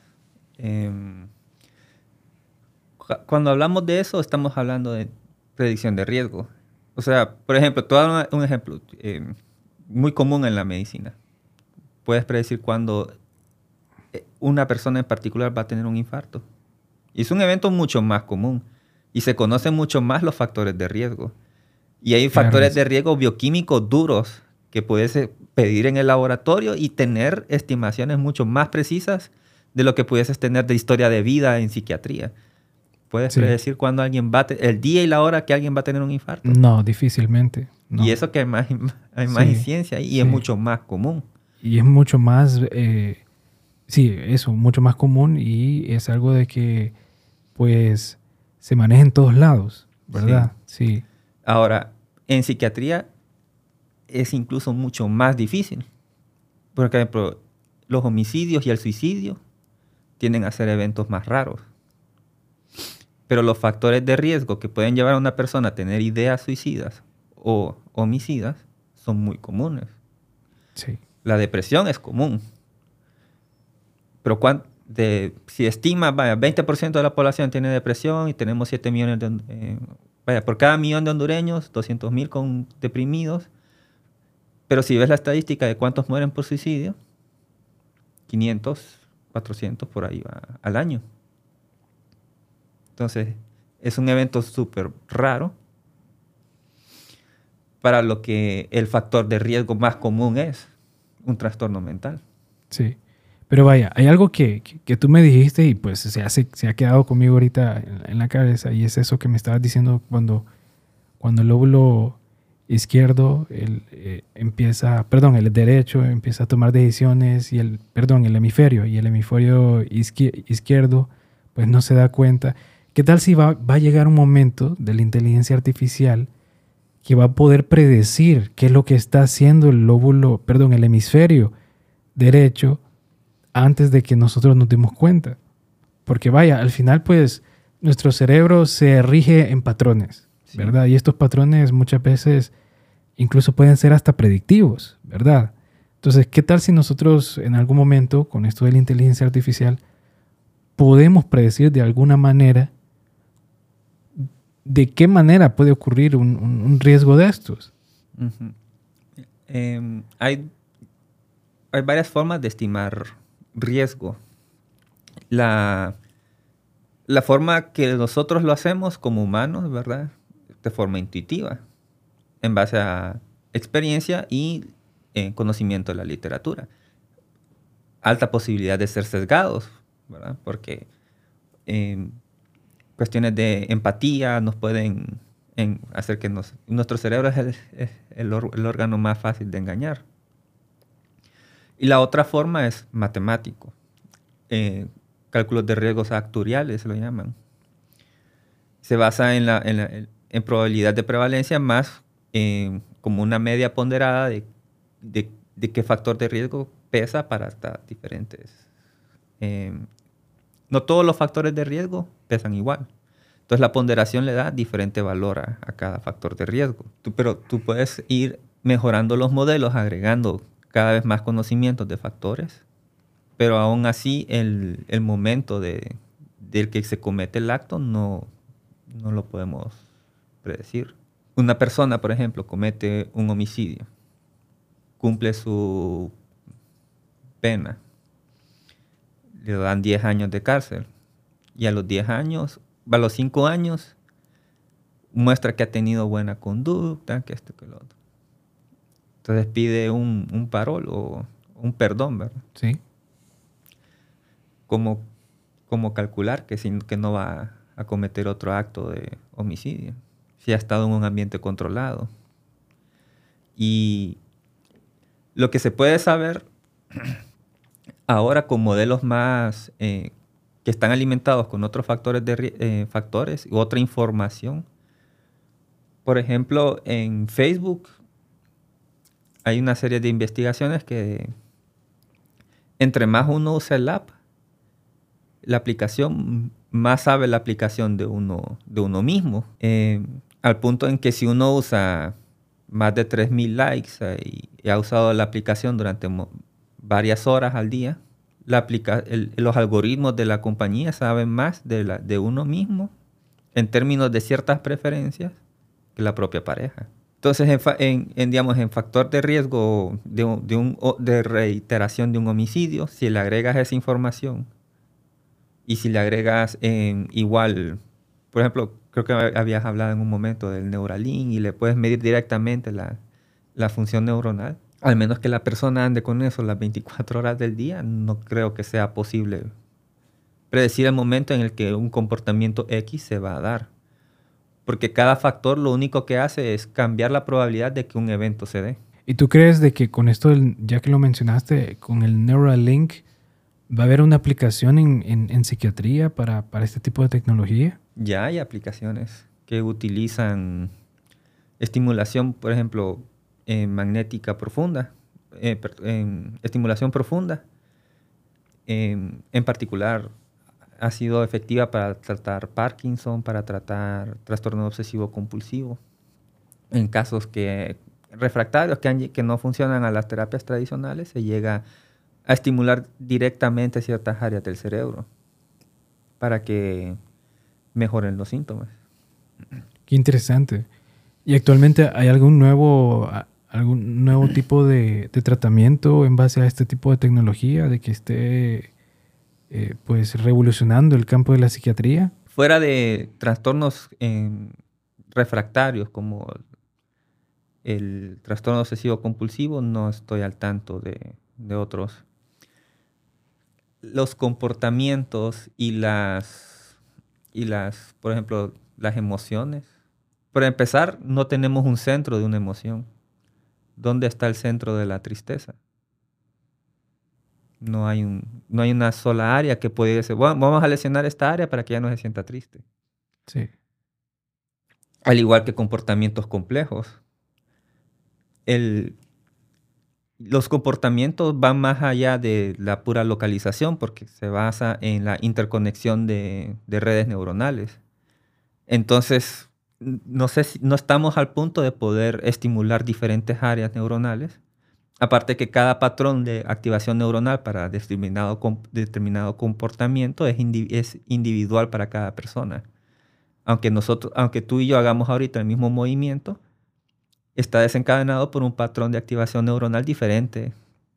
cuando hablamos de eso, estamos hablando de predicción de riesgo. O sea, por ejemplo, te voy a dar un ejemplo muy común en la medicina. Puedes predecir cuándo una persona en particular va a tener un infarto. Y es un evento mucho más común. Y se conocen mucho más los factores de riesgo. Y hay Claro que factores sí. de riesgo bioquímicos duros que puedes pedir en el laboratorio y tener estimaciones mucho más precisas de lo que pudieses tener de historia de vida en psiquiatría. Puedes Sí. predecir cuándo alguien el día y la hora que alguien va a tener un infarto. No, difícilmente. Y No. eso que hay más Sí, ciencia y es sí. mucho más común. Y es mucho más, sí, eso, mucho más común y es algo de que, pues, se maneja en todos lados, ¿verdad? Sí. Ahora, en psiquiatría es incluso mucho más difícil. Por ejemplo, los homicidios y el suicidio tienden a ser eventos más raros. Pero los factores de riesgo que pueden llevar a una persona a tener ideas suicidas o homicidas son muy comunes. Sí. La depresión es común. Pero si estima, vaya, 20% de la población tiene depresión y tenemos 7 millones vaya, por cada millón de hondureños, 200,000 con deprimidos. Pero si ves la estadística de cuántos mueren por suicidio, 500, 400 por ahí va al año. Entonces, es un evento súper raro para lo que el factor de riesgo más común es un trastorno mental. Sí. Pero vaya, hay algo que tú me dijiste y pues se ha quedado conmigo ahorita en la cabeza y es eso que me estabas diciendo cuando el lóbulo izquierdo el derecho empieza a tomar decisiones y el hemisferio izquierdo pues no se da cuenta. ¿Qué tal si va a llegar un momento de la inteligencia artificial que va a poder predecir qué es lo que está haciendo el hemisferio derecho antes de que nosotros nos demos cuenta? Porque vaya, al final pues nuestro cerebro se rige en patrones, Sí. ¿verdad? Y estos patrones muchas veces incluso pueden ser hasta predictivos, ¿verdad? Entonces, ¿qué tal si nosotros en algún momento, con esto de la inteligencia artificial, podemos predecir de alguna manera de qué manera puede ocurrir un riesgo de estos? Uh-huh. Hay varias formas de estimar riesgo. La forma que nosotros lo hacemos como humanos, ¿verdad? De forma intuitiva, en base a experiencia y conocimiento de la literatura. Alta posibilidad de ser sesgados, ¿verdad? Porque cuestiones de empatía nos pueden hacer que nuestro cerebro es el órgano más fácil de engañar. Y la otra forma es matemático. Cálculos de riesgos actuariales se lo llaman. Se basa en probabilidad de prevalencia más como una media ponderada de qué factor de riesgo pesa para hasta diferentes. No todos los factores de riesgo pesan igual. Entonces la ponderación le da diferente valor a cada factor de riesgo. Pero tú puedes ir mejorando los modelos, agregando cada vez más conocimientos de factores, pero aún así el momento del que se comete el acto no lo podemos predecir. Una persona, por ejemplo, comete un homicidio, cumple su pena, le dan 10 años de cárcel y a los 10 años, a los 5 años, muestra que ha tenido buena conducta, que esto, que lo otro. Entonces pide un parol o un perdón, ¿verdad? Sí. ¿Cómo calcular que no va a cometer otro acto de homicidio si ha estado en un ambiente controlado? Y lo que se puede saber ahora con modelos más que están alimentados con otros factores u otra información. Por ejemplo, en Facebook hay una serie de investigaciones que entre más uno usa el app, la aplicación, más sabe la aplicación de uno mismo. Al punto en que si uno usa más de 3,000 likes y ha usado la aplicación durante varias horas al día, los algoritmos de la compañía saben más de uno mismo en términos de ciertas preferencias que la propia pareja. Entonces, digamos, en factor de riesgo de reiteración de un homicidio, si le agregas esa información y si le agregas igual, por ejemplo, creo que habías hablado en un momento del Neuralink y le puedes medir directamente la función neuronal, al menos que la persona ande con eso las 24 horas del día, no creo que sea posible predecir el momento en el que un comportamiento X se va a dar. Porque cada factor lo único que hace es cambiar la probabilidad de que un evento se dé. ¿Y tú crees de que con esto, ya que lo mencionaste, con el Neuralink, va a haber una aplicación en psiquiatría para este tipo de tecnología? Ya hay aplicaciones que utilizan estimulación, por ejemplo, magnética profunda, estimulación profunda. En particular, ha sido efectiva para tratar Parkinson, para tratar trastorno obsesivo compulsivo. En casos refractarios que no funcionan a las terapias tradicionales, se llega a estimular directamente ciertas áreas del cerebro para que mejoren los síntomas. Qué interesante. ¿Y actualmente hay algún nuevo tipo de tratamiento en base a este tipo de tecnología, de que esté pues revolucionando el campo de la psiquiatría? Fuera de trastornos refractarios como el trastorno obsesivo compulsivo, no estoy al tanto de otros. Los comportamientos y por ejemplo, las emociones. Para empezar, no tenemos un centro de una emoción. ¿Dónde está el centro de la tristeza? No hay una sola área que pudiera decir, bueno, vamos a lesionar esta área para que ya no se sienta triste. Sí. Al igual que comportamientos complejos. Los comportamientos van más allá de la pura localización porque se basa en la interconexión de redes neuronales. Entonces, no estamos al punto de poder estimular diferentes áreas neuronales. Aparte que cada patrón de activación neuronal para determinado comportamiento es individual para cada persona. Aunque tú y yo hagamos ahorita el mismo movimiento, está desencadenado por un patrón de activación neuronal diferente.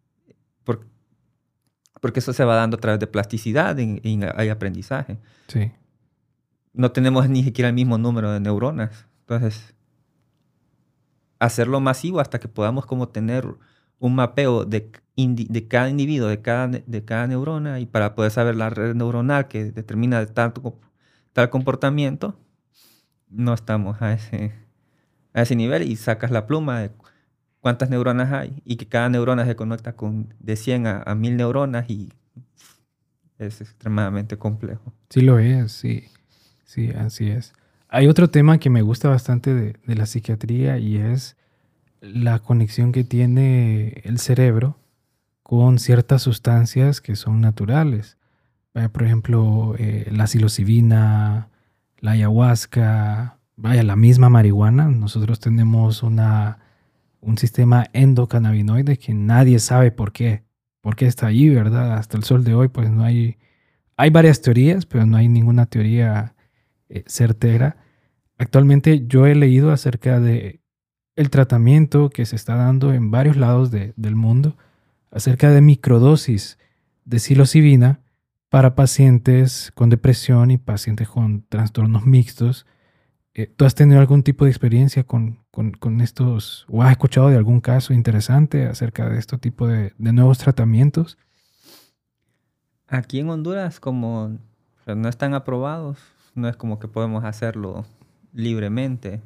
Porque eso se va dando a través de plasticidad y hay aprendizaje. Sí. No tenemos ni siquiera el mismo número de neuronas. Entonces, hacerlo masivo hasta que podamos como tener un mapeo de cada individuo, de cada neurona, y para poder saber la red neuronal que determina tal comportamiento, no estamos a ese nivel, y sacas la pluma de cuántas neuronas hay y que cada neurona se conecta de 100 a 1000 neuronas y es extremadamente complejo. Sí lo es, sí. Sí, así es. Hay otro tema que me gusta bastante de la psiquiatría y es la conexión que tiene el cerebro con ciertas sustancias que son naturales. Por ejemplo, la psilocibina, la ayahuasca, la misma marihuana. Nosotros tenemos un sistema endocannabinoide que nadie sabe por qué está allí, ¿verdad? Hasta el sol de hoy, pues no hay varias teorías, pero no hay ninguna teoría certera. Actualmente yo he leído acerca de el tratamiento que se está dando en varios lados del mundo acerca de microdosis de psilocibina para pacientes con depresión y pacientes con trastornos mixtos. ¿Tú has tenido algún tipo de experiencia con con estos, o has escuchado de algún caso interesante acerca de este tipo de nuevos tratamientos? Aquí en Honduras, como o sea, no están aprobados, no es como que podemos hacerlo libremente.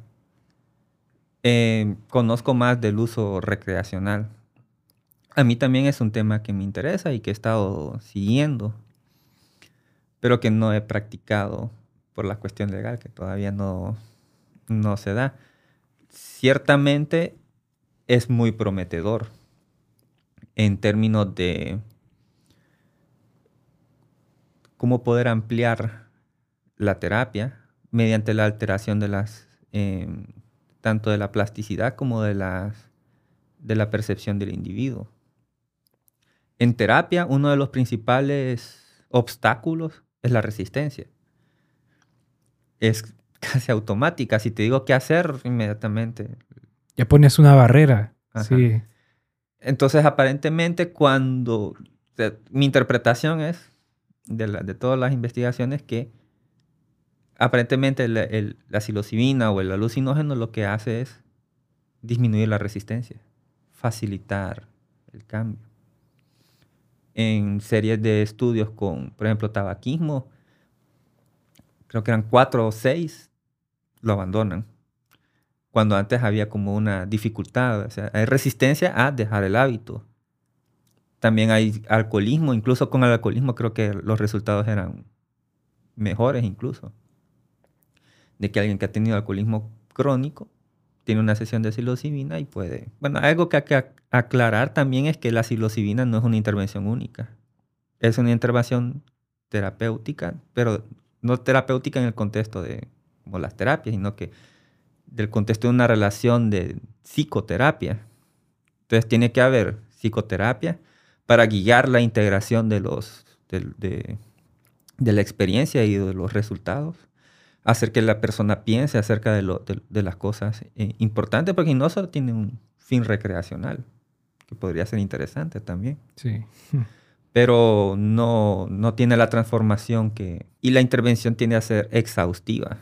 Conozco más del uso recreacional. A mí también es un tema que me interesa y que he estado siguiendo, pero que no he practicado por la cuestión legal, que todavía no se da. Ciertamente es muy prometedor en términos de cómo poder ampliar la terapia mediante la alteración de tanto de la plasticidad como de la percepción del individuo. En terapia, uno de los principales obstáculos es la resistencia. Es casi automática. Si te digo qué hacer, inmediatamente. Ya pones una barrera. Ajá. Sí. Entonces, aparentemente, mi interpretación es, de todas las investigaciones, que aparentemente la psilocibina o el alucinógeno lo que hace es disminuir la resistencia, facilitar el cambio. En series de estudios con, por ejemplo, tabaquismo, creo que eran 4 o 6, lo abandonan. Cuando antes había como una dificultad, o sea, hay resistencia a dejar el hábito. También hay alcoholismo, incluso con el alcoholismo creo que los resultados eran mejores incluso. De que alguien que ha tenido alcoholismo crónico tiene una sesión de psilocibina y puede... Bueno, algo que hay que aclarar también es que la psilocibina no es una intervención única. Es una intervención terapéutica, pero no terapéutica en el contexto de como las terapias, sino que del contexto de una relación de psicoterapia. Entonces tiene que haber psicoterapia para guiar la integración de la experiencia y de los resultados, hacer que la persona piense acerca de las cosas importantes, porque no solo tiene un fin recreacional, que podría ser interesante también. Sí. Pero no tiene la transformación y la intervención tiende a ser exhaustiva.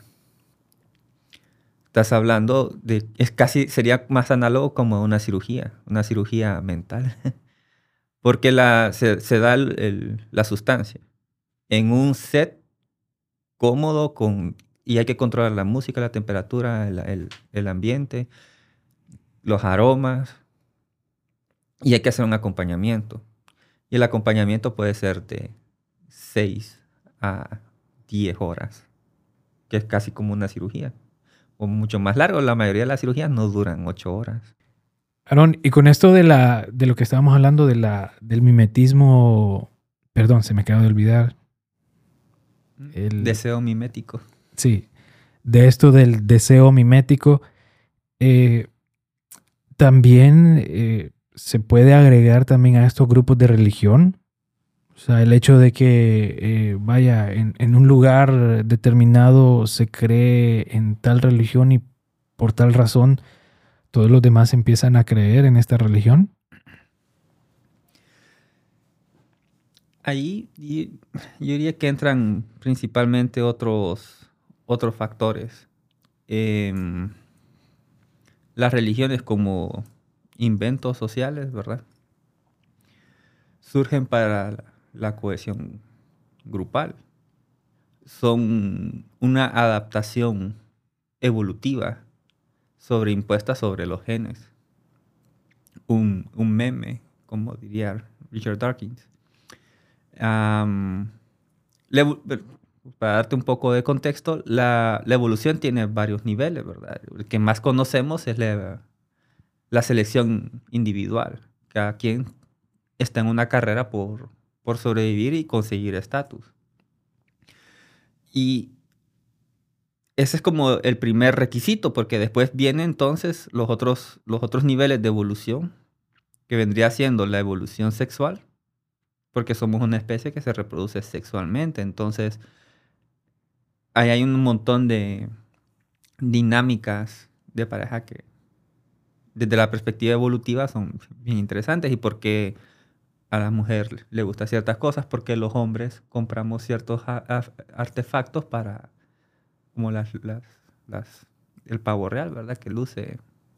Estás hablando sería más análogo como a una cirugía mental, porque se da la sustancia en un set cómodo y hay que controlar la música, la temperatura, el ambiente, los aromas, y hay que hacer un acompañamiento. Y el acompañamiento puede ser de 6 a 10 horas, que es casi como una cirugía, o mucho más largo. La mayoría de las cirugías no duran 8 horas. Aarón, y con esto de lo que estábamos hablando del mimetismo, perdón, se me acaba de olvidar. Deseo mimético. Sí, de esto del deseo mimético, también se puede agregar también a estos grupos de religión. O sea, el hecho de que, en un lugar determinado se cree en tal religión y por tal razón todos los demás empiezan a creer en esta religión. Ahí yo diría que entran principalmente otros factores. Las religiones como inventos sociales, ¿verdad? Surgen para la cohesión grupal. Son una adaptación evolutiva sobreimpuesta sobre los genes. Un meme, como diría Richard Dawkins. Para darte un poco de contexto, la evolución tiene varios niveles, ¿verdad? El que más conocemos es la selección individual. Cada quien está en una carrera por sobrevivir y conseguir estatus. Y ese es como el primer requisito, porque después vienen entonces los otros niveles de evolución, que vendría siendo la evolución sexual, porque somos una especie que se reproduce sexualmente. Entonces, ahí hay un montón de dinámicas de pareja que desde la perspectiva evolutiva son bien interesantes. Y por qué a la mujer le gustan ciertas cosas, porque los hombres compramos ciertos artefactos para, como el pavo real, ¿verdad? Que luce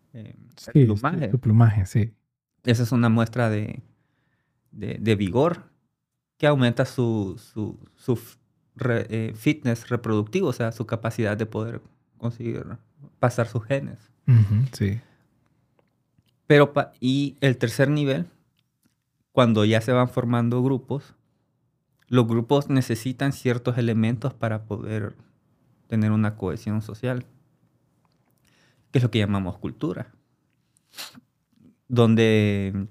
Sí, plumaje. su plumaje, sí. Esa es una muestra de vigor que aumenta su fitness reproductivo, o sea, su capacidad de poder conseguir pasar sus genes. Sí. Pero y el tercer nivel, cuando ya se van formando grupos, los grupos necesitan ciertos elementos para poder tener una cohesión social, que es lo que llamamos cultura, donde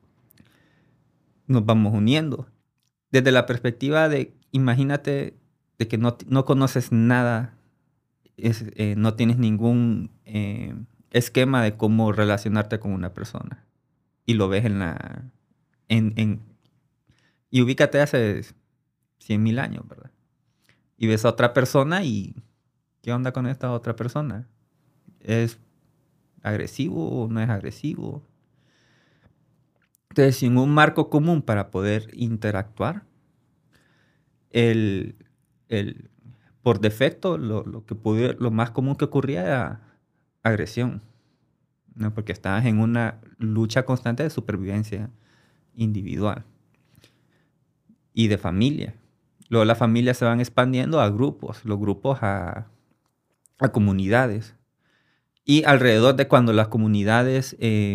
nos vamos uniendo. Desde la perspectiva de, imagínate, de que no conoces nada, no tienes ningún esquema de cómo relacionarte con una persona. Y lo ves y ubícate hace 100,000 años, ¿verdad? Y ves a otra persona y ¿qué onda con esta otra persona? ¿Es agresivo o no es agresivo? Entonces, sin un marco común para poder interactuar, por defecto, lo más común que ocurría era agresión, ¿no? Porque estabas en una lucha constante de supervivencia individual y de familia. Luego las familias se van expandiendo a grupos, los grupos a comunidades. Y alrededor de cuando las comunidades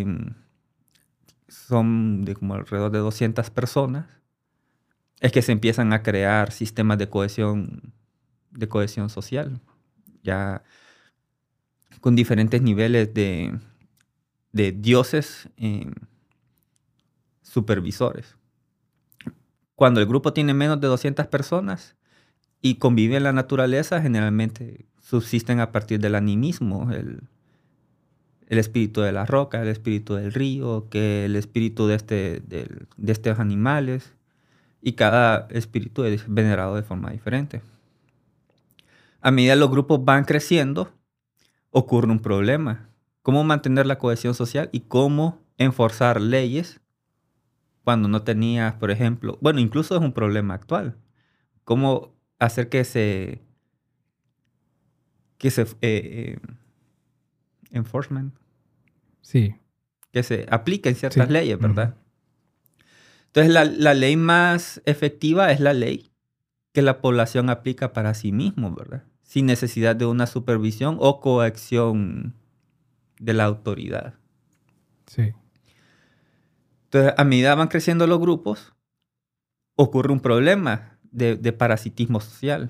son de como alrededor de 200 personas, es que se empiezan a crear sistemas de cohesión social, ya con diferentes niveles de dioses supervisores. Cuando el grupo tiene menos de 200 personas y convive en la naturaleza, generalmente subsisten a partir del animismo, el espíritu de la roca, el espíritu del río, que el espíritu de estos animales, y cada espíritu es venerado de forma diferente. A medida que los grupos van creciendo, ocurre un problema. ¿Cómo mantener la cohesión social y cómo enforzar leyes cuando no tenías, por ejemplo, bueno, incluso es un problema actual. ¿Cómo hacer que se enforcement? Sí. Que se apliquen ciertas Sí. leyes, ¿verdad? Entonces, la ley más efectiva es la ley que la población aplica para sí mismo, ¿verdad? Sin necesidad de una supervisión o coacción de la autoridad. Sí. Entonces, a medida van creciendo los grupos, ocurre un problema de parasitismo social.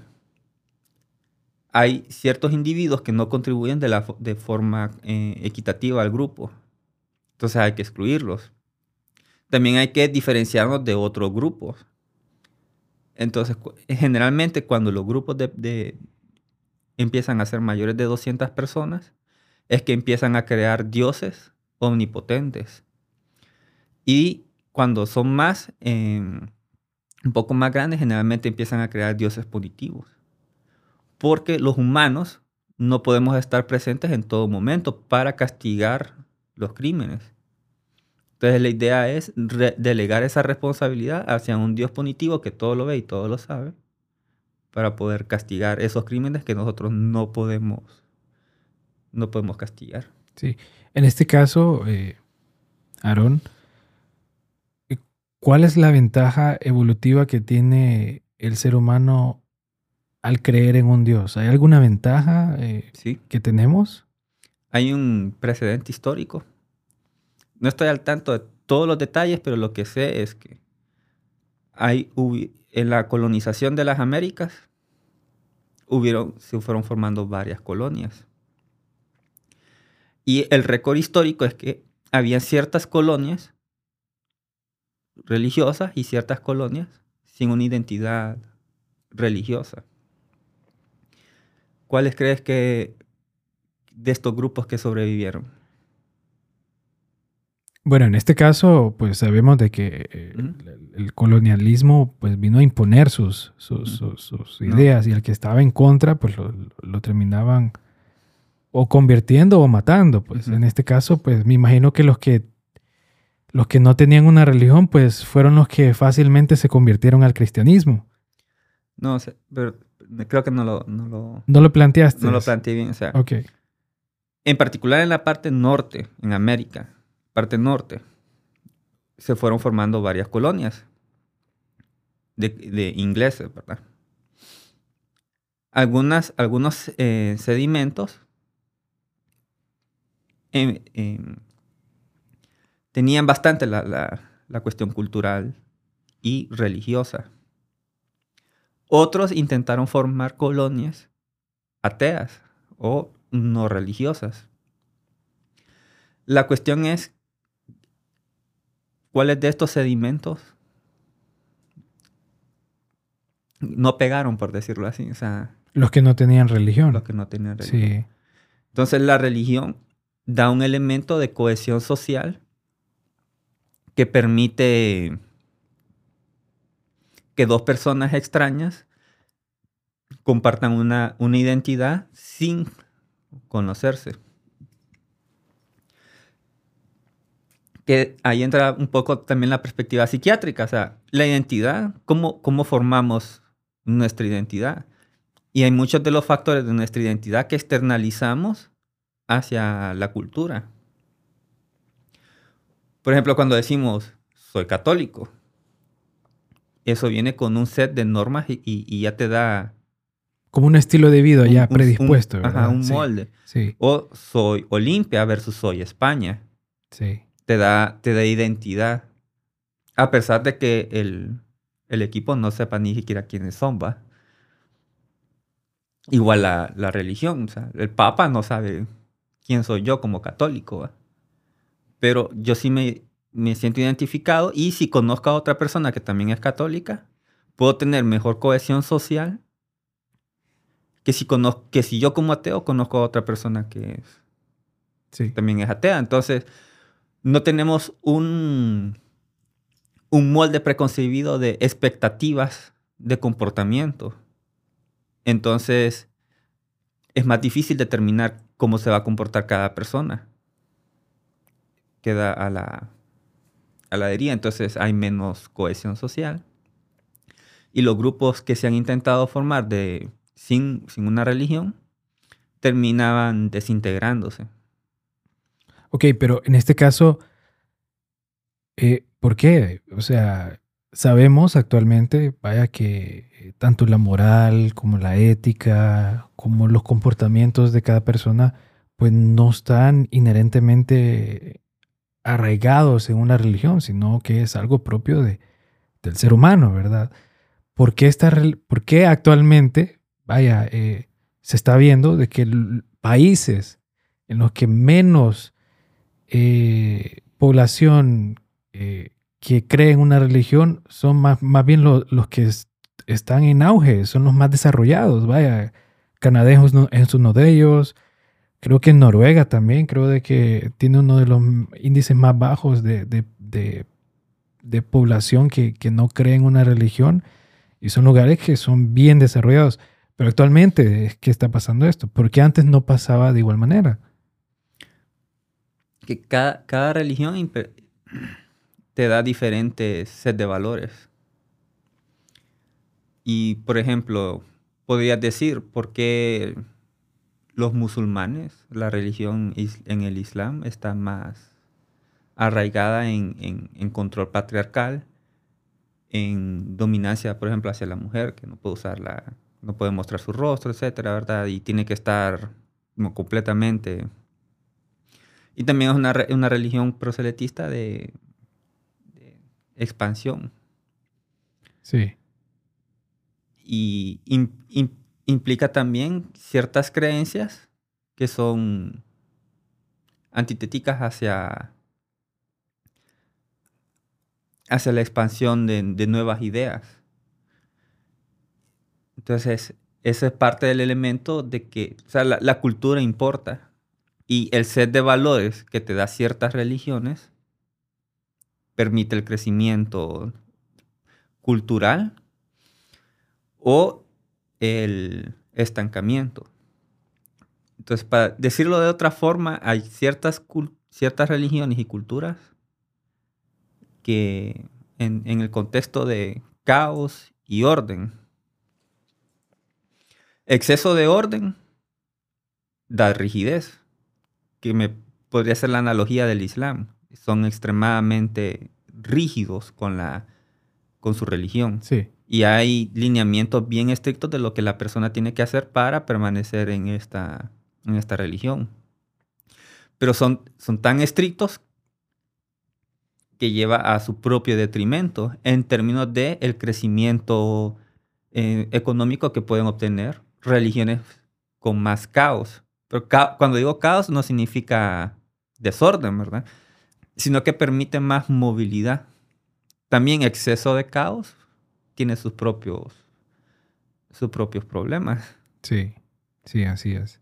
Hay ciertos individuos que no contribuyen de forma equitativa al grupo. Entonces hay que excluirlos. También hay que diferenciarnos de otros grupos. Entonces, generalmente cuando los grupos empiezan a ser mayores de 200 personas, es que empiezan a crear dioses omnipotentes. Y cuando son un poco más grandes, generalmente empiezan a crear dioses punitivos. Porque los humanos no podemos estar presentes en todo momento para castigar los crímenes. Entonces la idea es delegar esa responsabilidad hacia un Dios punitivo que todo lo ve y todo lo sabe, para poder castigar esos crímenes que nosotros no podemos castigar. Sí. En este caso, Aarón, ¿cuál es la ventaja evolutiva que tiene el ser humano al creer en un Dios? ¿Hay alguna ventaja Sí. que tenemos? Hay un precedente histórico. No estoy al tanto de todos los detalles, pero lo que sé es que en la colonización de las Américas se fueron formando varias colonias. Y el récord histórico es que había ciertas colonias religiosas y ciertas colonias sin una identidad religiosa. ¿Cuáles crees que de estos grupos que sobrevivieron? Bueno, en este caso, pues sabemos de que el colonialismo pues vino a imponer sus ideas, y el que estaba en contra pues lo terminaban o convirtiendo o matando. Pues en este caso, pues me imagino que los que no tenían una religión pues fueron los que fácilmente se convirtieron al cristianismo. No sé, pero creo que no lo ¿No lo planteaste? No lo planteé bien, o sea. Okay. En particular en la parte norte, en América, parte norte, se fueron formando varias colonias de ingleses, ¿verdad? Algunos sedimentos tenían bastante la cuestión cultural y religiosa. Otros intentaron formar colonias ateas o no religiosas. La cuestión es, ¿cuáles de estos sedimentos no pegaron, por decirlo así? O sea, Los que no tenían religión. los que no tenían religión. Sí. Entonces la religión da un elemento de cohesión social que permite que dos personas extrañas compartan una identidad sin conocerse. Que ahí entra un poco también la perspectiva psiquiátrica, o sea, la identidad, cómo formamos nuestra identidad. Y hay muchos de los factores de nuestra identidad que externalizamos hacia la cultura. Por ejemplo, cuando decimos, soy católico, eso viene con un set de normas y ya te da Como un estilo de vida ya predispuesto, ¿verdad? un molde. Sí. O soy Olimpia versus soy España. Sí. Te da identidad. A pesar de que el equipo no sepa ni siquiera quiénes son, ¿va? Igual la religión. O sea, el Papa no sabe quién soy yo como católico, ¿va? Pero yo sí me siento identificado, y si conozco a otra persona que también es católica, puedo tener mejor cohesión social que si yo como ateo conozco a otra persona que también es atea. Entonces, no tenemos un molde preconcebido de expectativas de comportamiento. Entonces, es más difícil determinar cómo se va a comportar cada persona. Queda a la deriva. Entonces, hay menos cohesión social. Y los grupos que se han intentado formar sin una religión terminaban desintegrándose. Ok, pero en este caso, ¿por qué? O sea, sabemos actualmente, vaya, que tanto la moral como la ética, como los comportamientos de cada persona, pues no están inherentemente arraigados en una religión, sino que es algo propio del ser humano, ¿verdad? ¿Por qué, por qué actualmente, vaya, se está viendo de que países en los que menos población que cree en una religión son más bien los que están en auge, son los más desarrollados? Vaya, Canadá es uno de ellos. Creo que en Noruega también, creo de que tiene uno de los índices más bajos de población que no cree en una religión, y son lugares que son bien desarrollados. Pero actualmente es que está pasando esto, porque antes no pasaba de igual manera. Que cada religión te da diferentes set de valores. Y, por ejemplo, podrías decir por qué los musulmanes, la religión en el Islam, está más arraigada en control patriarcal, en dominancia, por ejemplo, hacia la mujer, que no puede mostrar su rostro, etcétera, ¿verdad? Y tiene que estar completamente. Y también es una religión proselitista de expansión. Sí. Y implica también ciertas creencias que son antitéticas hacia la expansión de nuevas ideas. Entonces, ese es parte del elemento de que, o sea, la cultura importa, y el set de valores que te da ciertas religiones permite el crecimiento cultural o el estancamiento. Entonces, para decirlo de otra forma, hay ciertas religiones y culturas que en el contexto de caos y orden, exceso de orden da rigidez. podría ser la analogía del Islam. Son extremadamente rígidos con su religión. Sí. Y hay lineamientos bien estrictos de lo que la persona tiene que hacer para permanecer en esta religión. Pero son tan estrictos que lleva a su propio detrimento en términos de el crecimiento económico que pueden obtener religiones con más caos. Pero cuando digo caos no significa desorden, ¿verdad? Sino que permite más movilidad. También exceso de caos tiene sus propios problemas. Sí, sí, así es.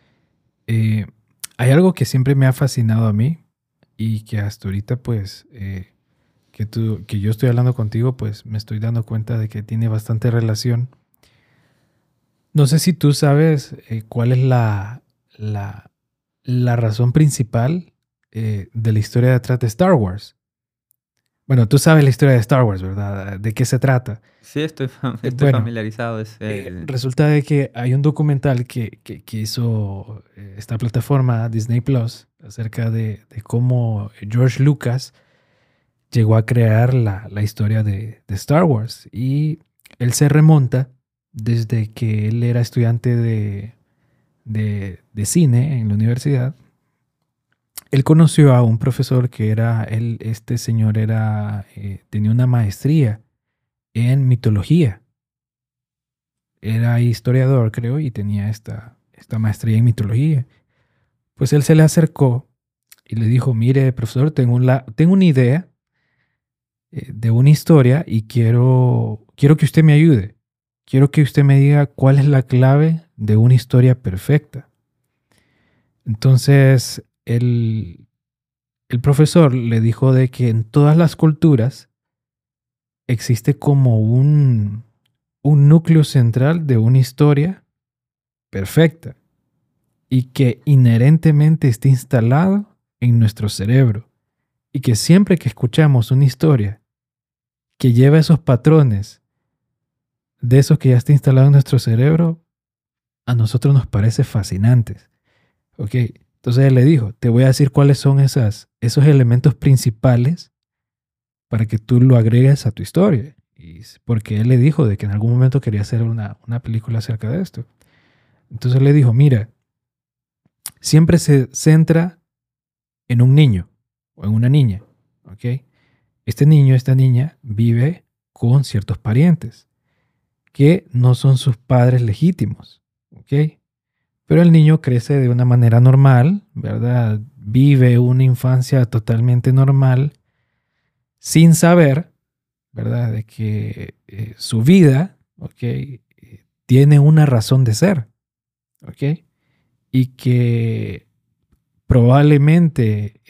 Hay algo que siempre me ha fascinado a mí y que hasta ahorita, pues, que yo estoy hablando contigo, pues me estoy dando cuenta de que tiene bastante relación. No sé si tú sabes cuál es la razón principal de la historia detrás de Star Wars. Bueno, tú sabes la historia de Star Wars, ¿verdad? ¿De qué se trata? Sí, estoy Bueno, familiarizado. Resulta de que hay un documental que hizo esta plataforma Disney Plus acerca de cómo George Lucas llegó a crear la historia de Star Wars. Y él se remonta desde que él era estudiante de cine en la universidad. Él conoció a un profesor que este señor tenía una maestría en mitología. Era historiador, creo, y tenía esta maestría en mitología. Pues él se le acercó y le dijo, mire, profesor, tengo una idea de una historia y quiero que usted me ayude. Quiero que usted me diga cuál es la clave de una historia perfecta. Entonces, el profesor le dijo de que en todas las culturas existe como un núcleo central de una historia perfecta y que inherentemente está instalado en nuestro cerebro y que siempre que escuchamos una historia que lleva esos patrones de eso que ya está instalado en nuestro cerebro, a nosotros nos parece fascinantes. ¿Ok? Entonces él le dijo, te voy a decir cuáles son esos elementos principales para que tú lo agregues a tu historia. Porque él le dijo de que en algún momento quería hacer una película acerca de esto. Entonces le dijo, mira, siempre se centra en un niño o en una niña. ¿Ok? Este niño, esta niña vive con ciertos parientes que no son sus padres legítimos. ¿Ok? Pero el niño crece de una manera normal, ¿verdad? Vive una infancia totalmente normal, sin saber, ¿verdad? De que su vida, ¿ok? Tiene una razón de ser, ¿ok? Y que probablemente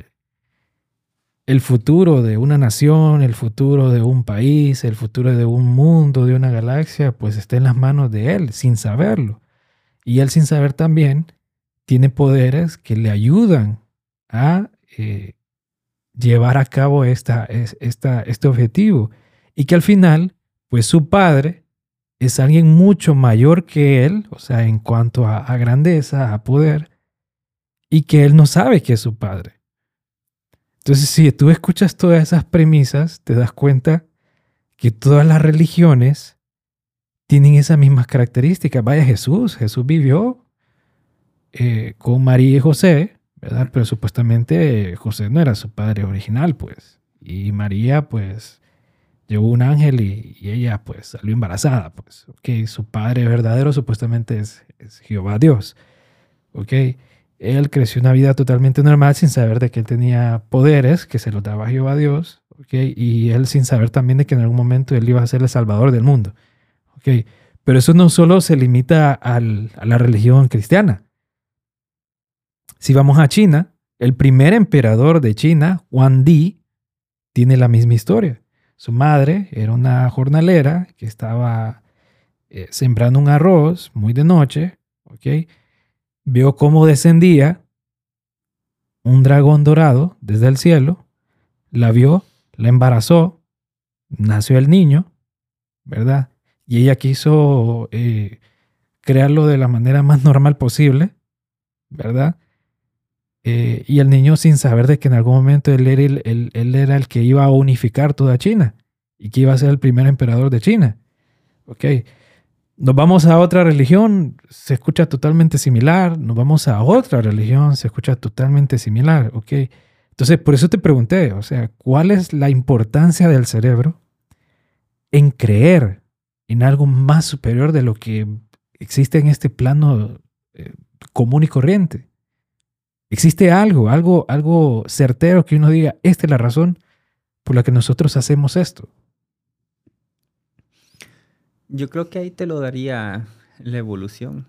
el futuro de una nación, el futuro de un país, el futuro de un mundo, de una galaxia, pues está en las manos de él, sin saberlo. Y él sin saber también tiene poderes que le ayudan a llevar a cabo este objetivo. Y que al final, pues su padre es alguien mucho mayor que él, o sea, en cuanto a grandeza, a poder, y que él no sabe que es su padre. Entonces, si tú escuchas todas esas premisas, te das cuenta que todas las religiones tienen esas mismas características. Vaya, Jesús vivió con María y José, ¿verdad? Pero supuestamente José no era su padre original, pues. Y María, pues, llegó un ángel y ella, pues, salió embarazada, pues. Ok, su padre verdadero supuestamente es Jehová Dios. Ok, él creció una vida totalmente normal sin saber de que él tenía poderes que se los daba Jehová Dios. Ok, y él sin saber también de que en algún momento él iba a ser el salvador del mundo. Ok, pero eso no solo se limita a la religión cristiana. Si vamos a China, el primer emperador de China, Huang Di, tiene la misma historia. Su madre era una jornalera que estaba sembrando un arroz muy de noche, ¿ok? Vio cómo descendía un dragón dorado desde el cielo, la vio, la embarazó, nació el niño, ¿verdad? Y ella quiso crearlo de la manera más normal posible, ¿verdad? y el niño sin saber de que en algún momento él era el que iba a unificar toda China y que iba a ser el primer emperador de China. Ok, nos vamos a otra religión, se escucha totalmente similar. Nos vamos a otra religión, se escucha totalmente similar. Ok, entonces por eso te pregunté, o sea, ¿cuál es la importancia del cerebro en creer en algo más superior de lo que existe en este plano común y corriente? ¿Existe algo certero que uno diga, esta es la razón por la que nosotros hacemos esto? Yo creo que ahí te lo daría la evolución.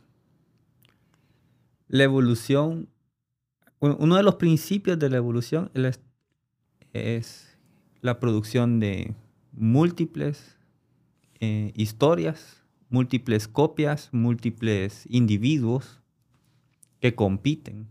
La evolución, uno de los principios de la evolución es la producción de múltiples historias, múltiples copias, múltiples individuos que compiten.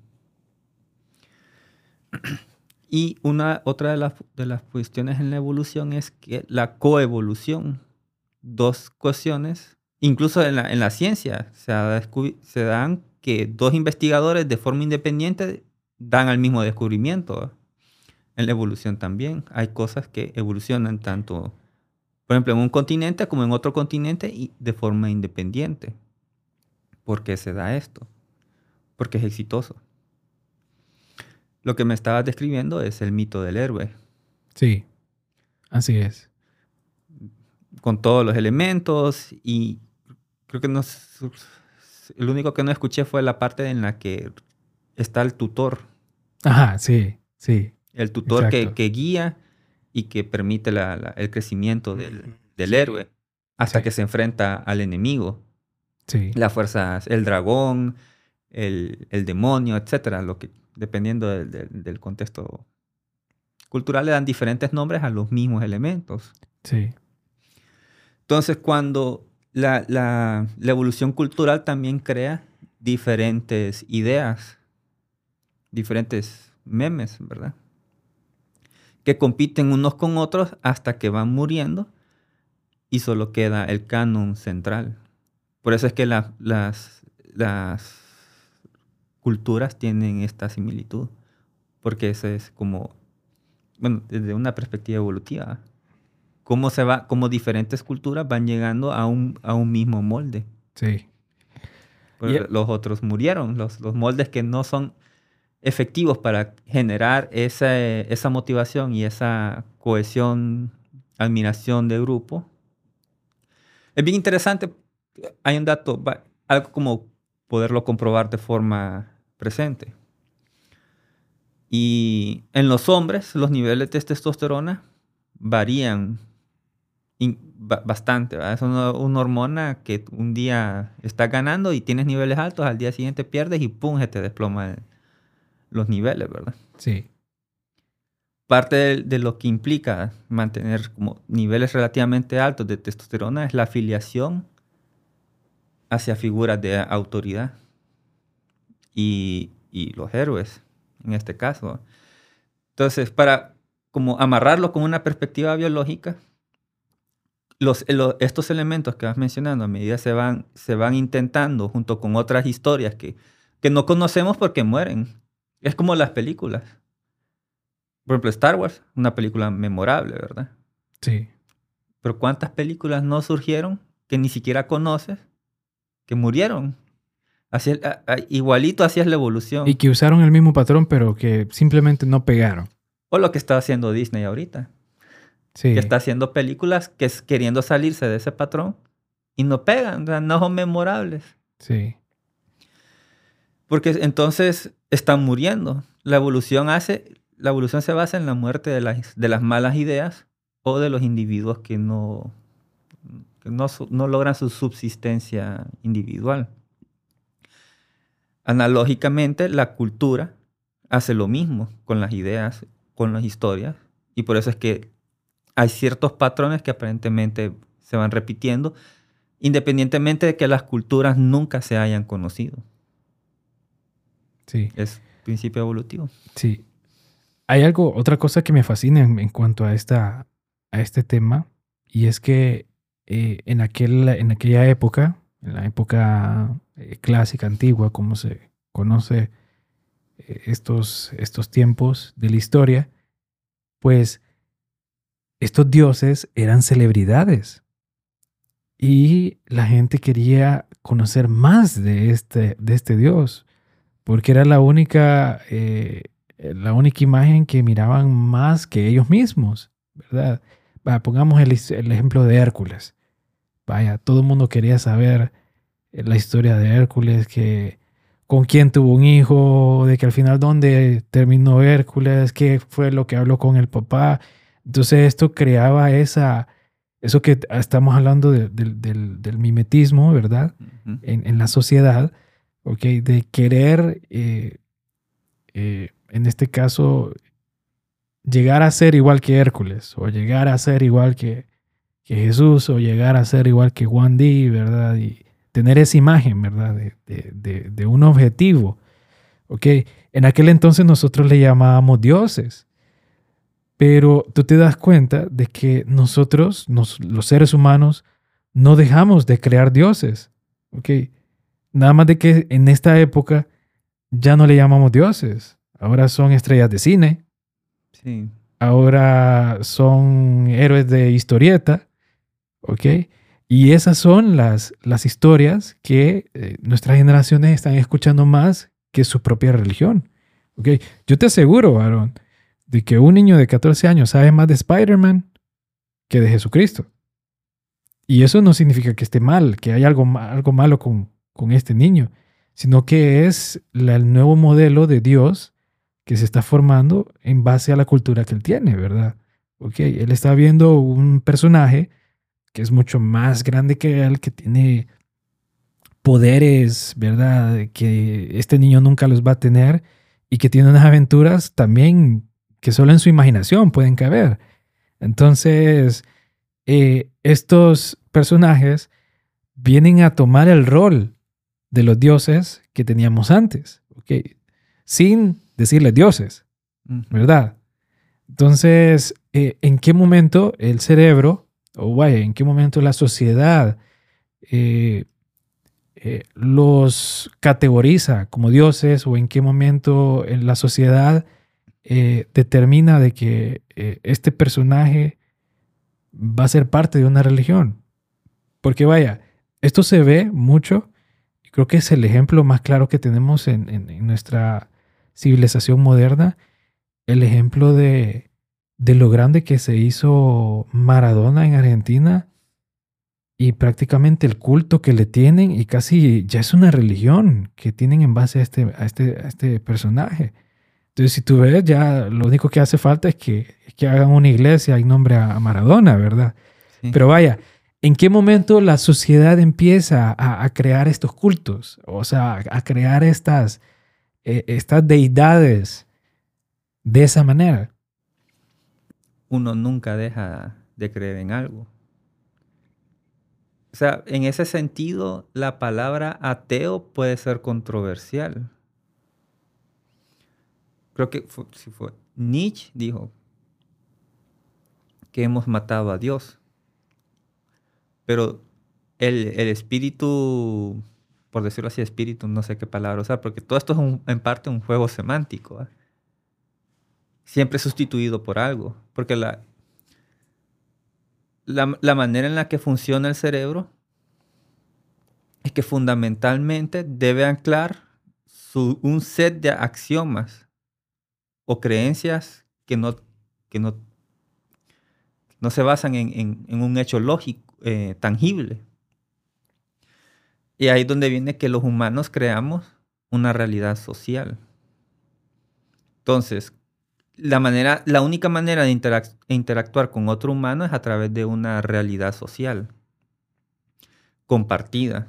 Y otra de las cuestiones en la evolución es que la coevolución, dos cuestiones, incluso en la ciencia se dan que dos investigadores de forma independiente dan al mismo descubrimiento. En la evolución también hay cosas que evolucionan tanto, por ejemplo, en un continente como en otro continente y de forma independiente. ¿Por qué se da esto? Porque es exitoso. Lo que me estabas describiendo es el mito del héroe. Sí, así es. Con todos los elementos y creo que el único que no escuché fue la parte en la que está el tutor. Ajá, sí, sí. El tutor Exacto. que guía y que permite el crecimiento del héroe hasta Sí. que se enfrenta al enemigo. Sí, Las fuerzas, el dragón, el demonio, etcétera, dependiendo del contexto cultural, le dan diferentes nombres a los mismos elementos. sí, Entonces, cuando la evolución cultural también crea diferentes ideas, diferentes memes, ¿verdad? Que compiten unos con otros hasta que van muriendo y solo queda el canon central. Por eso es que las culturas tienen esta similitud, porque eso es como, bueno, desde una perspectiva evolutiva, cómo diferentes culturas van llegando a un mismo molde. sí. Y, Pero los otros murieron, los moldes que no son efectivos para generar esa motivación y esa cohesión, admiración de grupo. Es bien interesante, hay un dato, algo como poderlo comprobar de forma presente. Y en los hombres, los niveles de testosterona varían bastante, ¿verdad? Es una hormona que un día estás ganando y tienes niveles altos, al día siguiente pierdes y ¡pum! Se te desploman los niveles, ¿verdad? sí, Parte de lo que implica mantener como niveles relativamente altos de testosterona es la afiliación hacia figuras de autoridad y los héroes, en este caso. Entonces, para como amarrarlo con una perspectiva biológica, estos elementos que vas mencionando a medida se van intentando junto con otras historias que no conocemos porque mueren. Es como las películas. Por ejemplo, Star Wars, una película memorable, ¿verdad? sí. Pero ¿cuántas películas no surgieron que ni siquiera conoces, que murieron? Igualito así es la evolución. Y que usaron el mismo patrón, pero que simplemente no pegaron. O lo que está haciendo Disney ahorita. Sí, Que está haciendo películas que es queriendo salirse de ese patrón y no pegan, o sea, no son memorables. sí, Porque entonces están muriendo. La evolución se basa en la muerte de las malas ideas o de los individuos que no logran su subsistencia individual. Analógicamente, la cultura hace lo mismo con las ideas, con las historias, y por eso es que hay ciertos patrones que aparentemente se van repitiendo, independientemente de que las culturas nunca se hayan conocido. sí, Es principio evolutivo. sí. Hay otra cosa que me fascina en cuanto a este tema, y es que en aquella época, en la época clásica, antigua, como se conoce, estos tiempos de la historia, pues estos dioses eran celebridades y la gente quería conocer más de este dios, porque era la única imagen que miraban más que ellos mismos, ¿verdad? Pongamos el ejemplo de Hércules. Vaya, todo el mundo quería saber la historia de Hércules, que con quién tuvo un hijo, de que al final dónde terminó Hércules, qué fue lo que habló con el papá. Entonces esto creaba eso que estamos hablando del mimetismo, ¿verdad? Ujú. En la sociedad, ¿ok? De querer, en este caso, llegar a ser igual que Hércules, o llegar a ser igual que Jesús, o llegar a ser igual que Juan Di, ¿verdad? Y tener esa imagen, ¿verdad? De un objetivo, ¿ok? En aquel entonces nosotros le llamábamos dioses, pero tú te das cuenta de que nosotros, los seres humanos, no dejamos de crear dioses, ¿ok? Nada más de que en esta época ya no le llamamos dioses, ahora son estrellas de cine, Sí. ahora son héroes de historieta, ¿ok? Y esas son las historias que nuestras generaciones están escuchando más que su propia religión, ¿ok? Yo te aseguro, Aaron, de que un niño de 14 años sabe más de Spider-Man que de Jesucristo. Y eso no significa que esté mal, que hay algo malo con este niño, sino que es el nuevo modelo de Dios que se está formando en base a la cultura que él tiene, ¿verdad? ¿Ok? Él está viendo un personaje que es mucho más grande que él, que tiene poderes, ¿verdad? Que este niño nunca los va a tener y que tiene unas aventuras también que solo en su imaginación pueden caber. Entonces, estos personajes vienen a tomar el rol de los dioses que teníamos antes, ¿ok? Sin decirles dioses, Ujú. ¿verdad? Entonces, ¿en qué momento el cerebro, o vaya, en qué momento la sociedad eh, los categoriza como dioses, o en qué momento en la sociedad determina de que este personaje va a ser parte de una religión? Porque vaya, esto se ve mucho, y creo que es el ejemplo más claro que tenemos en nuestra civilización moderna, el ejemplo de lo grande que se hizo Maradona en Argentina y prácticamente el culto que le tienen, y casi ya es una religión que tienen en base a este personaje. Entonces, si tú ves, ya lo único que hace falta es que hagan una iglesia en nombre a Maradona, ¿verdad? Sí. Pero vaya, ¿en qué momento la sociedad empieza a crear estos cultos? O sea, a crear estas deidades de esa manera. Uno nunca deja de creer en algo. O sea, en ese sentido, la palabra ateo puede ser controversial. Creo que si fue Nietzsche dijo que hemos matado a Dios. Pero el espíritu, por decirlo así, espíritu, no sé qué palabra usar, porque todo esto es en parte un juego semántico, ¿eh? Siempre sustituido por algo. Porque la manera en la que funciona el cerebro es que fundamentalmente debe anclar un set de axiomas o creencias que no se basan en un hecho lógico, tangible. Y ahí es donde viene que los humanos creamos una realidad social. Entonces, la única manera de interactuar con otro humano es a través de una realidad social compartida.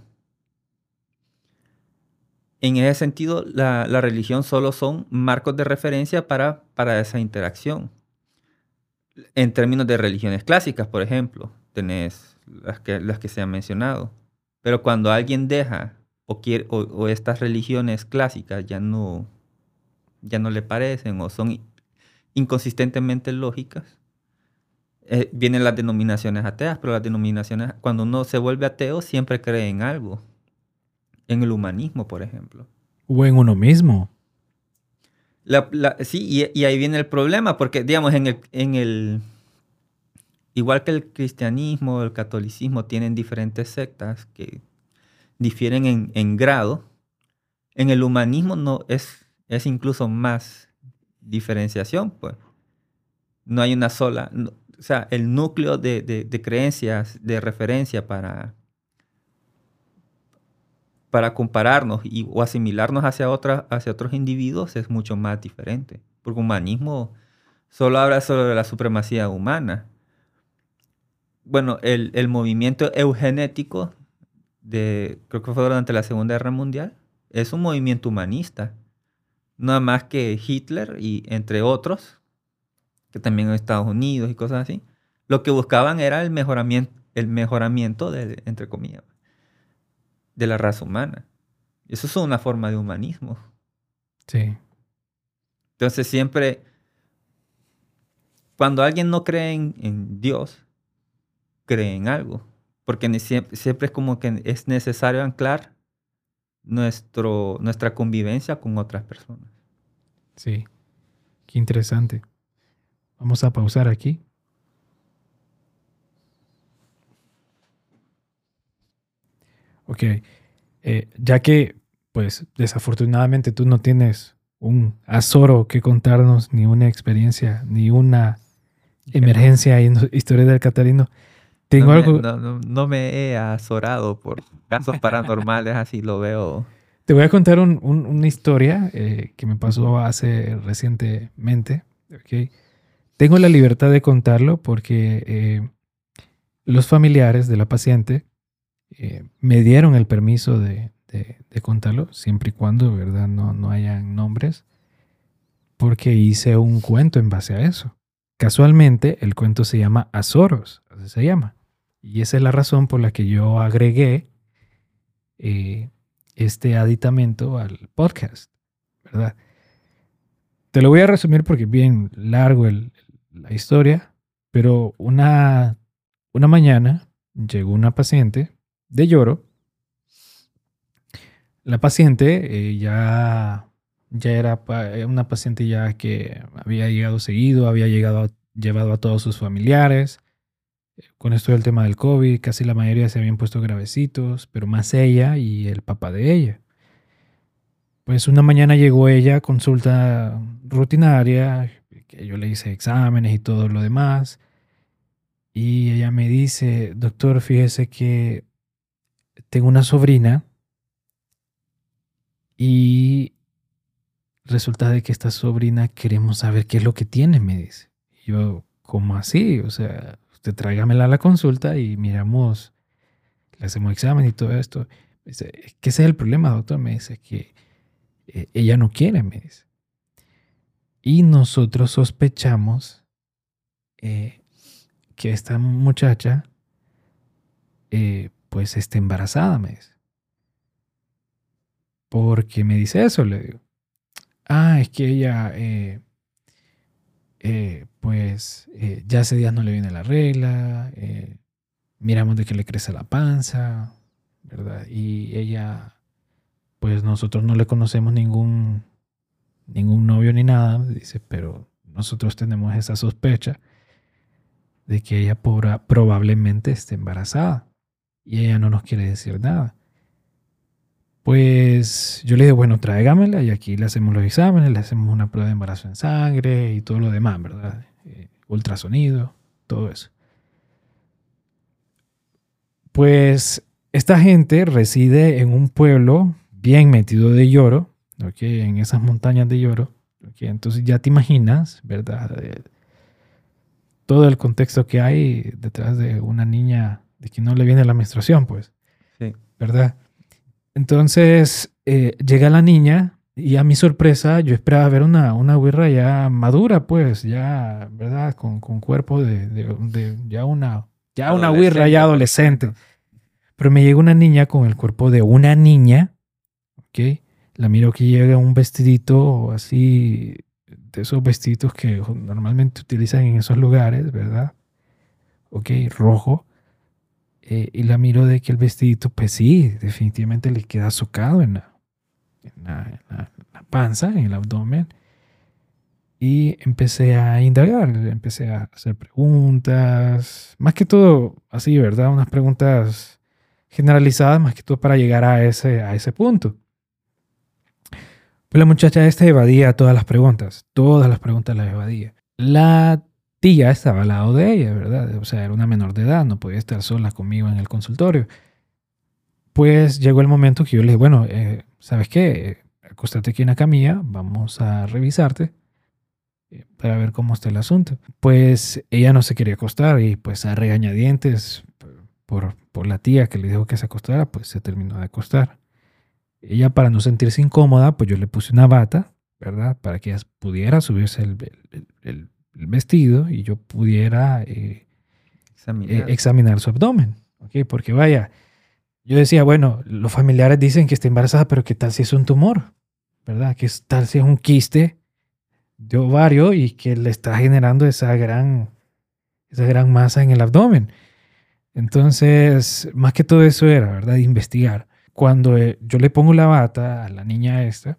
En ese sentido, la religión solo son marcos de referencia para esa interacción. En términos de religiones clásicas, por ejemplo, tenés las que se han mencionado. Pero cuando alguien deja o estas religiones clásicas ya no le parecen o son inconsistentemente lógicas, vienen las denominaciones ateas, pero las denominaciones, cuando uno se vuelve ateo, siempre cree en algo. En el humanismo, por ejemplo. O en uno mismo. Sí, y ahí viene el problema, porque, digamos, igual que el cristianismo, el catolicismo tienen diferentes sectas que difieren en grado, en el humanismo no es incluso más diferenciación, pues. No hay una sola, o sea, el núcleo de creencias, de referencia para compararnos o asimilarnos hacia otros individuos es mucho más diferente. Porque humanismo solo habla sobre la supremacía humana. Bueno, el movimiento eugenético creo que fue durante la Segunda Guerra Mundial, es un movimiento humanista. Nada más que Hitler y entre otros, que también en Estados Unidos y cosas así, lo que buscaban era el mejoramiento entre comillas, de la raza humana. Eso es una forma de humanismo. Sí. Entonces siempre, cuando alguien no cree en Dios, cree en algo. Porque siempre es como que es necesario anclar nuestra convivencia con otras personas. Sí. Qué interesante. Vamos a pausar aquí. Ok. Ya que, pues, desafortunadamente tú no tienes un azoro que contarnos, ni una experiencia, ni una emergencia en historia del Catarino. Tengo algo. No me he azorado por casos paranormales, así lo veo. Te voy a contar una historia que me pasó hace recientemente. ¿Ok? Tengo la libertad de contarlo porque los familiares de la paciente me dieron el permiso de contarlo, siempre y cuando, ¿verdad? No hayan nombres, porque hice un cuento en base a eso. Casualmente, el cuento se llama Azoros, así se llama. Y esa es la razón por la que yo agregué este aditamento al podcast, ¿verdad? Te lo voy a resumir porque es bien largo la historia, pero una mañana llegó una paciente de Lloro. La paciente ya era una paciente ya que había llegado seguido, había llevado a todos sus familiares. Con esto del tema del COVID, casi la mayoría se habían puesto gravecitos, pero más ella y el papá de ella. Pues una mañana llegó ella a consulta rutinaria, que yo le hice exámenes y todo lo demás. Y ella me dice, doctor, fíjese que tengo una sobrina y resulta de que esta sobrina queremos saber qué es lo que tiene, me dice. Y yo, ¿cómo así? O sea, usted tráigamela a la consulta y miramos, le hacemos examen y todo esto. Me dice, es que ese es el problema, doctor. Me dice que ella no quiere, me dice. Y nosotros sospechamos que esta muchacha pues esté embarazada, me dice. ¿Por qué me dice eso? Le digo. Ah, es que ella pues ya hace días no le viene la regla, miramos de que le crece la panza, ¿verdad? Y ella, pues nosotros no le conocemos ningún novio ni nada, dice, pero nosotros tenemos esa sospecha de que ella probablemente esté embarazada y ella no nos quiere decir nada. Pues yo le dije, bueno, tráigamela y aquí le hacemos los exámenes, le hacemos una prueba de embarazo en sangre y todo lo demás, ¿verdad? Ultrasonido, todo eso. Pues esta gente reside en un pueblo bien metido de Lloro, ¿ok? En esas montañas de Lloro, ¿ok? Entonces ya te imaginas, ¿verdad? Todo el contexto que hay detrás de una niña de que no le viene la menstruación, pues, Sí. ¿verdad? Entonces llega la niña y a mi sorpresa yo esperaba ver una güirra ya madura, pues, ya, ¿verdad? Con cuerpo de ya una güirra ya adolescente. Pero me llega una niña con el cuerpo de una niña, ¿ok? La miro que llega un vestidito así, de esos vestiditos que normalmente utilizan en esos lugares, ¿verdad? Ok, rojo. Y la miro de que el vestidito, pues sí, definitivamente le queda socado en la panza, en el abdomen. Y empecé a indagar, empecé a hacer preguntas, más que todo así, ¿verdad? Unas preguntas generalizadas, más que todo para llegar a ese punto. Pues la muchacha esta evadía todas las preguntas las evadía. La tía estaba al lado de ella, ¿verdad? O sea, era una menor de edad, no podía estar sola conmigo en el consultorio. Pues llegó el momento que yo le dije, bueno, ¿sabes qué? Acostate aquí en la camilla, vamos a revisarte para ver cómo está el asunto. Pues ella no se quería acostar y pues a regañadientes por la tía que le dijo que se acostara, pues se terminó de acostar. Ella, para no sentirse incómoda, pues yo le puse una bata, ¿verdad? Para que ella pudiera subirse el vestido y yo pudiera examinar su abdomen, ¿ok? Porque vaya, yo decía, bueno, los familiares dicen que está embarazada, pero ¿qué tal si es un tumor? ¿Verdad? ¿Qué tal si es un quiste de ovario y que le está generando esa gran masa en el abdomen? Entonces, más que todo eso era, ¿verdad? Investigar. Cuando yo le pongo la bata a la niña esta,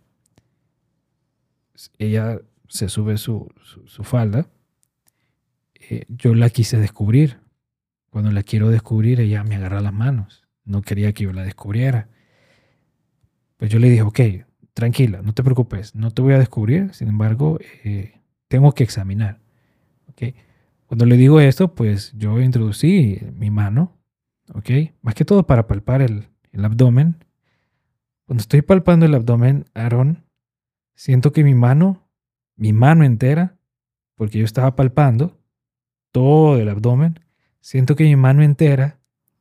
ella se sube su falda. Yo la quise descubrir. Cuando la quiero descubrir, ella me agarra las manos. No quería que yo la descubriera. Pues yo le dije, ok, tranquila, no te preocupes, no te voy a descubrir. Sin embargo, tengo que examinar. ¿Okay? Cuando le digo esto, pues yo introducí mi mano, ¿ok? Más que todo para palpar el abdomen. Cuando estoy palpando el abdomen, Aaron, siento que mi mano entera, porque yo estaba palpando todo el abdomen, siento que mi mano entera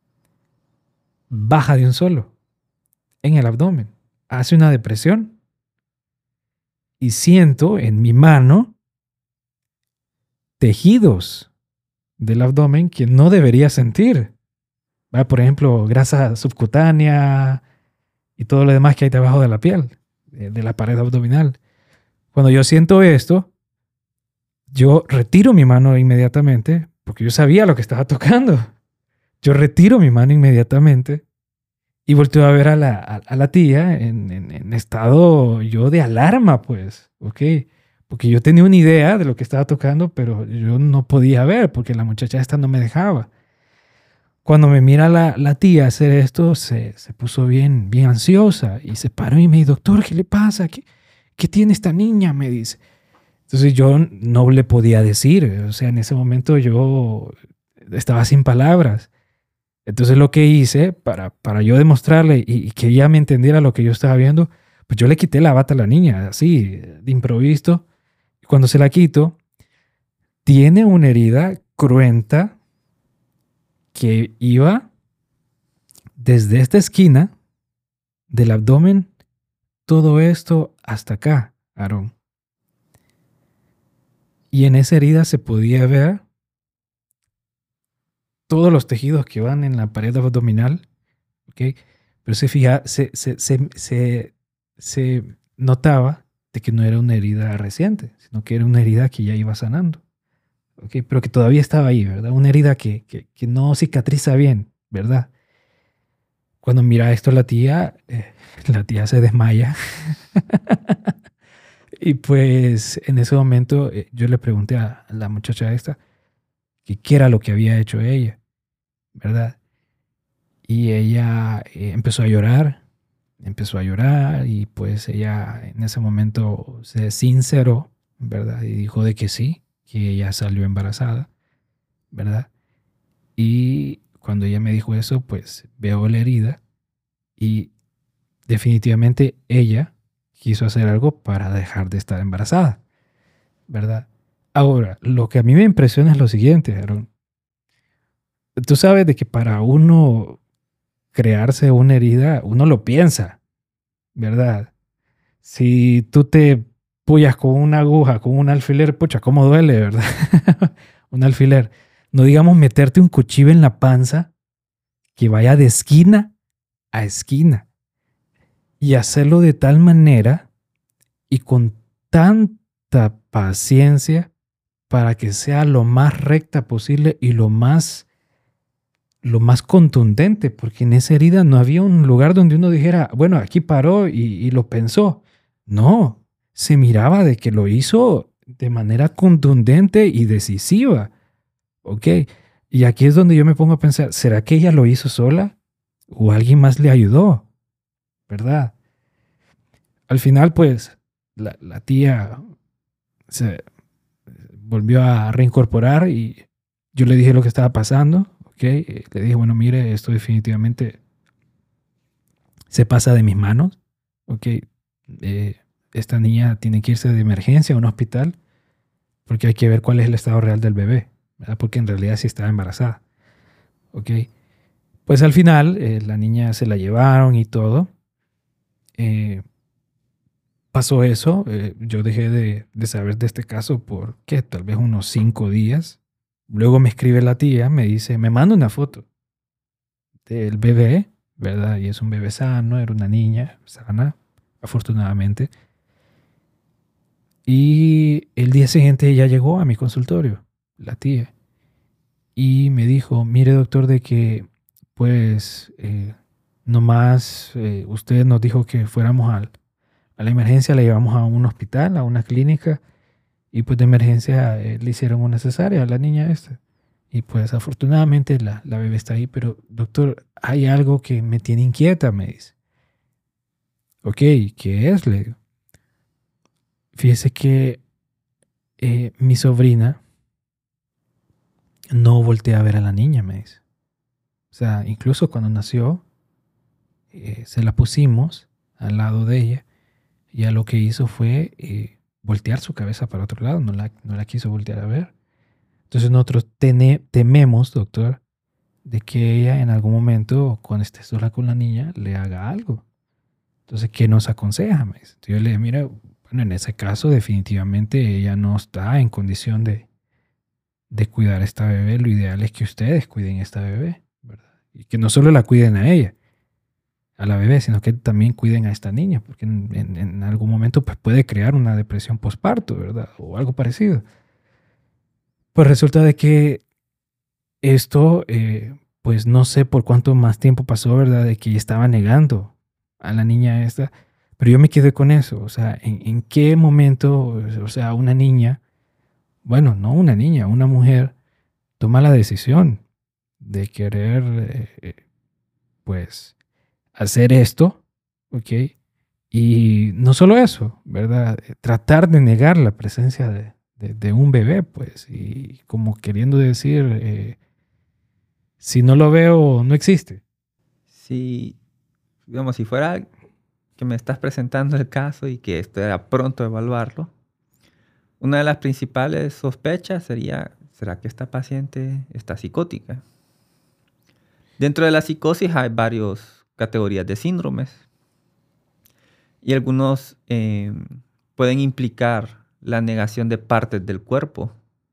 baja de un solo en el abdomen. Hace una depresión y siento en mi mano tejidos del abdomen que no debería sentir. Por ejemplo, grasa subcutánea y todo lo demás que hay debajo de la piel, de la pared abdominal. Cuando yo siento esto, yo retiro mi mano inmediatamente porque yo sabía lo que estaba tocando. Yo retiro mi mano inmediatamente y volteo a ver a la tía en estado yo de alarma, pues, ¿ok? Porque yo tenía una idea de lo que estaba tocando, pero yo no podía ver porque la muchacha esta no me dejaba. Cuando me mira la tía hacer esto, se puso bien ansiosa y se paró y me dijo, doctor, ¿qué le pasa? ¿Qué tiene esta niña? Me dice. Entonces yo no le podía decir, o sea, en ese momento yo estaba sin palabras. Entonces lo que hice para yo demostrarle y que ella me entendiera lo que yo estaba viendo, pues yo le quité la bata a la niña, así, de improviso. Cuando se la quito, tiene una herida cruenta que iba desde esta esquina del abdomen, todo esto hasta acá, Aaron. Y en esa herida se podía ver todos los tejidos que van en la pared abdominal, ¿ok? Pero se notaba de que no era una herida reciente, sino que era una herida que ya iba sanando, ¿ok? Pero que todavía estaba ahí, ¿verdad? Una herida que no cicatriza bien, ¿verdad? Cuando mira esto la tía se desmaya. Y pues en ese momento yo le pregunté a la muchacha esta que qué era lo que había hecho ella, ¿verdad? Y ella empezó a llorar y pues ella en ese momento se sinceró, ¿verdad? Y dijo de que sí, que ella salió embarazada, ¿verdad? Y cuando ella me dijo eso, pues veo la herida y definitivamente ella quiso hacer algo para dejar de estar embarazada, ¿verdad? Ahora, lo que a mí me impresiona es lo siguiente, Aaron. Tú sabes de que para uno crearse una herida, uno lo piensa, ¿verdad? Si tú te puyas con una aguja, con un alfiler, pucha, cómo duele, ¿verdad? Un alfiler. No digamos meterte un cuchillo en la panza que vaya de esquina a esquina y hacerlo de tal manera y con tanta paciencia para que sea lo más recta posible y lo más contundente, porque en esa herida no había un lugar donde uno dijera, bueno, aquí paró y lo pensó. No, se miraba de que lo hizo de manera contundente y decisiva. ¿Ok? Y aquí es donde yo me pongo a pensar, ¿será que ella lo hizo sola? ¿O alguien más le ayudó? ¿Verdad? Al final, pues, la tía se volvió a reincorporar y yo le dije lo que estaba pasando. ¿Ok? Le dije, bueno, mire, esto definitivamente se pasa de mis manos. ¿Ok? Esta niña tiene que irse de emergencia a un hospital porque hay que ver cuál es el estado real del bebé, ¿verdad? Porque en realidad sí estaba embarazada. ¿Ok? Pues al final la niña se la llevaron y todo. Eh, pasó eso. Yo dejé de saber de este caso por, ¿qué? Tal vez unos 5 días. Luego me escribe la tía, me dice, me manda una foto del bebé, ¿verdad? Y es un bebé sano, era una niña sana, afortunadamente. Y el día siguiente ella llegó a mi consultorio, la tía, y me dijo, mire doctor, de que pues nomás usted nos dijo que fuéramos a la emergencia, la llevamos a un hospital, a una clínica, y pues de emergencia le hicieron una cesárea a la niña esta. Y pues afortunadamente la bebé está ahí, pero doctor, hay algo que me tiene inquieta, me dice. Ok, ¿qué es? Le digo. Fíjese que mi sobrina no voltea a ver a la niña, me dice. O sea, incluso cuando nació, se la pusimos al lado de ella y ya lo que hizo fue voltear su cabeza para otro lado, no la quiso voltear a ver. Entonces nosotros tememos, doctor, de que ella en algún momento, cuando esté sola con la niña, le haga algo. Entonces, ¿qué nos aconseja? Me dice. Entonces, yo le dije, mira, bueno, en ese caso definitivamente ella no está en condición de cuidar a esta bebé. Lo ideal es que ustedes cuiden a esta bebé, ¿verdad? Y que no solo la cuiden a ella, a la bebé, sino que también cuiden a esta niña, porque en algún momento pues, puede crear una depresión postparto, ¿verdad? O algo parecido. Pues resulta de que esto, pues no sé por cuánto más tiempo pasó, ¿verdad? De que ella estaba negando a la niña esta, pero yo me quedé con eso, o sea, ¿en qué momento, o sea, una niña, bueno, no una niña, una mujer toma la decisión de querer, pues, hacer esto, ¿ok? Y no solo eso, ¿verdad? Tratar de negar la presencia de un bebé, pues, y como queriendo decir, si no lo veo, no existe. Si, digamos, si fuera que me estás presentando el caso y que estoy a pronto de evaluarlo, una de las principales sospechas sería, ¿será que esta paciente está psicótica? Dentro de la psicosis hay varias categorías de síndromes y algunos pueden implicar la negación de partes del cuerpo.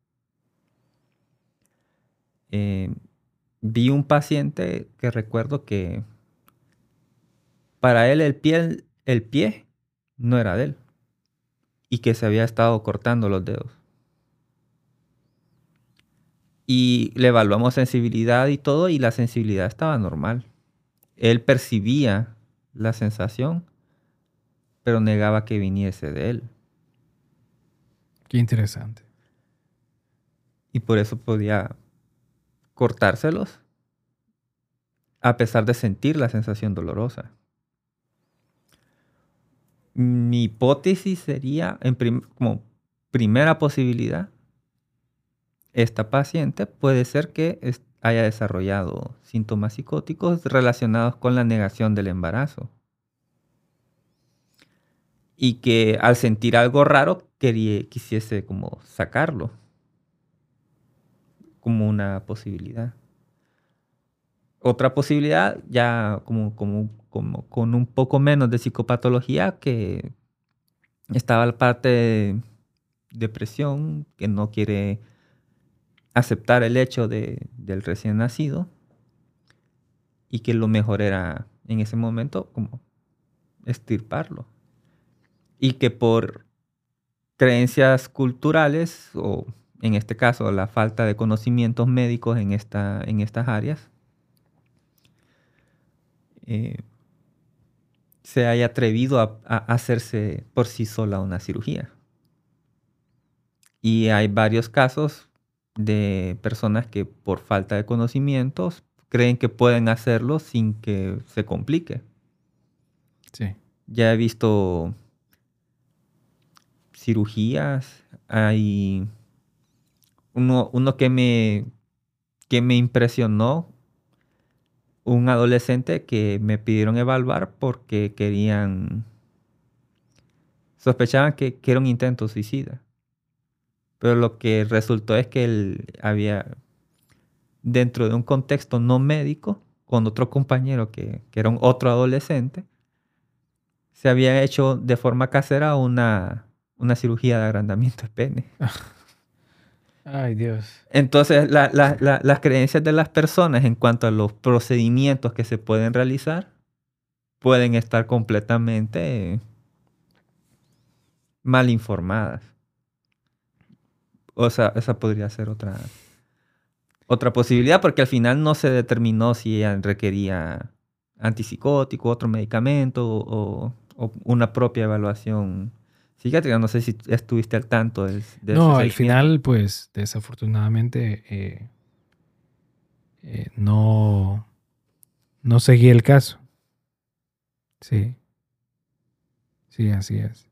Vi un paciente que recuerdo que para él el pie no era de él y que se había estado cortando los dedos. Y le evaluamos sensibilidad y todo y la sensibilidad estaba normal. Él percibía la sensación, pero negaba que viniese de él. Qué interesante. Y por eso podía cortárselos a pesar de sentir la sensación dolorosa. Mi hipótesis sería, como primera posibilidad, esta paciente puede ser que haya desarrollado síntomas psicóticos relacionados con la negación del embarazo. Y que al sentir algo raro quisiese como sacarlo como una posibilidad. Otra posibilidad, ya como con un poco menos de psicopatología, que estaba la parte de depresión, que no quiere aceptar el hecho del recién nacido y que lo mejor era en ese momento como extirparlo. Y que por creencias culturales o en este caso la falta de conocimientos médicos en estas áreas, se haya atrevido a hacerse por sí sola una cirugía. Y hay varios casos de personas que por falta de conocimientos creen que pueden hacerlo sin que se complique. Sí. Ya he visto cirugías. Hay uno que me impresionó, un adolescente que me pidieron evaluar porque sospechaban que era un intento suicida. Pero lo que resultó es que él había, dentro de un contexto no médico, con otro compañero que era otro adolescente, se había hecho de forma casera una cirugía de agrandamiento de pene. Ay, Dios. Entonces, las creencias de las personas en cuanto a los procedimientos que se pueden realizar pueden estar completamente mal informadas. O sea, esa podría ser otra posibilidad, porque al final no se determinó si ella requería antipsicótico, otro medicamento o una propia evaluación psiquiátrica. No sé si estuviste al tanto de No, ese al final, pues, desafortunadamente, no seguí el caso. Sí. Sí, así es.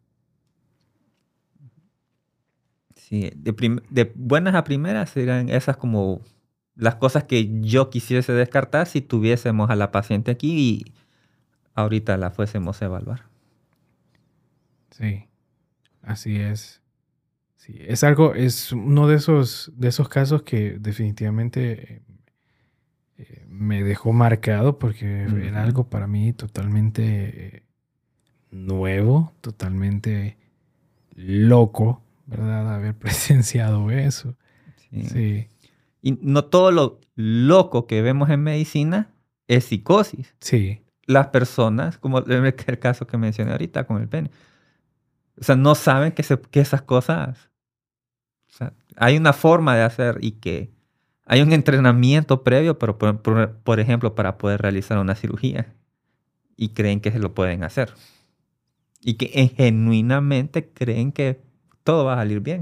Sí, de buenas a primeras serían esas como las cosas que yo quisiese descartar si tuviésemos a la paciente aquí y ahorita la fuésemos a evaluar. Sí, así es. Sí, es uno de esos casos que definitivamente me dejó marcado porque era algo para mí totalmente nuevo, totalmente loco, ¿verdad? Haber presenciado eso. Sí. Sí. Y no todo lo loco que vemos en medicina es psicosis. Sí. Las personas, como en el caso que mencioné ahorita con el pene, o sea, no saben que esas cosas, o sea, hay una forma de hacer y que hay un entrenamiento previo, pero por ejemplo, para poder realizar una cirugía y creen que se lo pueden hacer y que genuinamente creen que todo va a salir bien.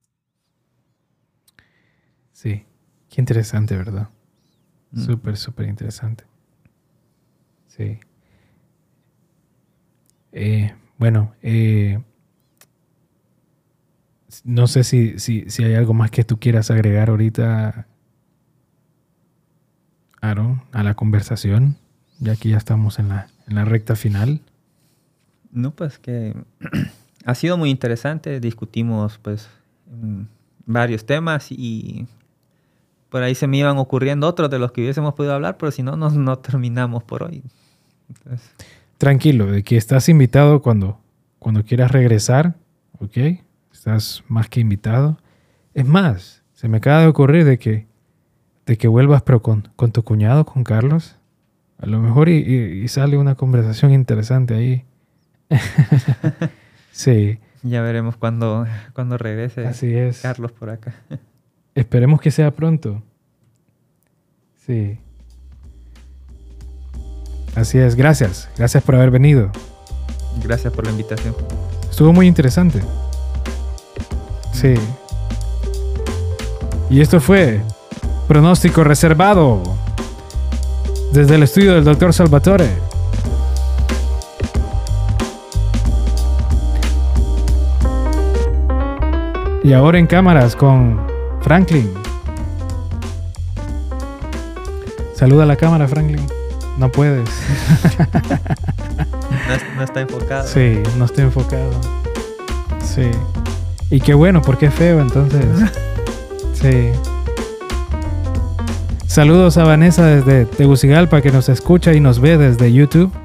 Sí. Qué interesante, ¿verdad? Súper, súper interesante. Sí. Bueno, no sé si hay algo más que tú quieras agregar ahorita, Aaron, a la conversación, ya que ya estamos en la recta final. No, pues que ha sido muy interesante. Discutimos pues varios temas y por ahí se me iban ocurriendo otros de los que hubiésemos podido hablar, pero si no, no terminamos por hoy. Entonces... Tranquilo, de que estás invitado cuando quieras regresar, ¿ok? Estás más que invitado. Es más, se me acaba de ocurrir de que vuelvas, pero con tu cuñado, con Carlos. A lo mejor y sale una conversación interesante ahí. Sí. Ya veremos cuando regrese. Así es. Carlos por acá. Esperemos que sea pronto. Sí. Así es. Gracias. Gracias por haber venido. Gracias por la invitación. Estuvo muy interesante. Sí. Y esto fue Pronóstico Reservado desde el estudio del Dr. Salvatore. Y ahora en cámaras con Franklin. Saluda a la cámara, Franklin. No puedes. No está enfocado. Sí, no está enfocado. Sí. Y qué bueno, porque es feo entonces. Sí. Saludos a Vanessa desde Tegucigalpa que nos escucha y nos ve desde YouTube.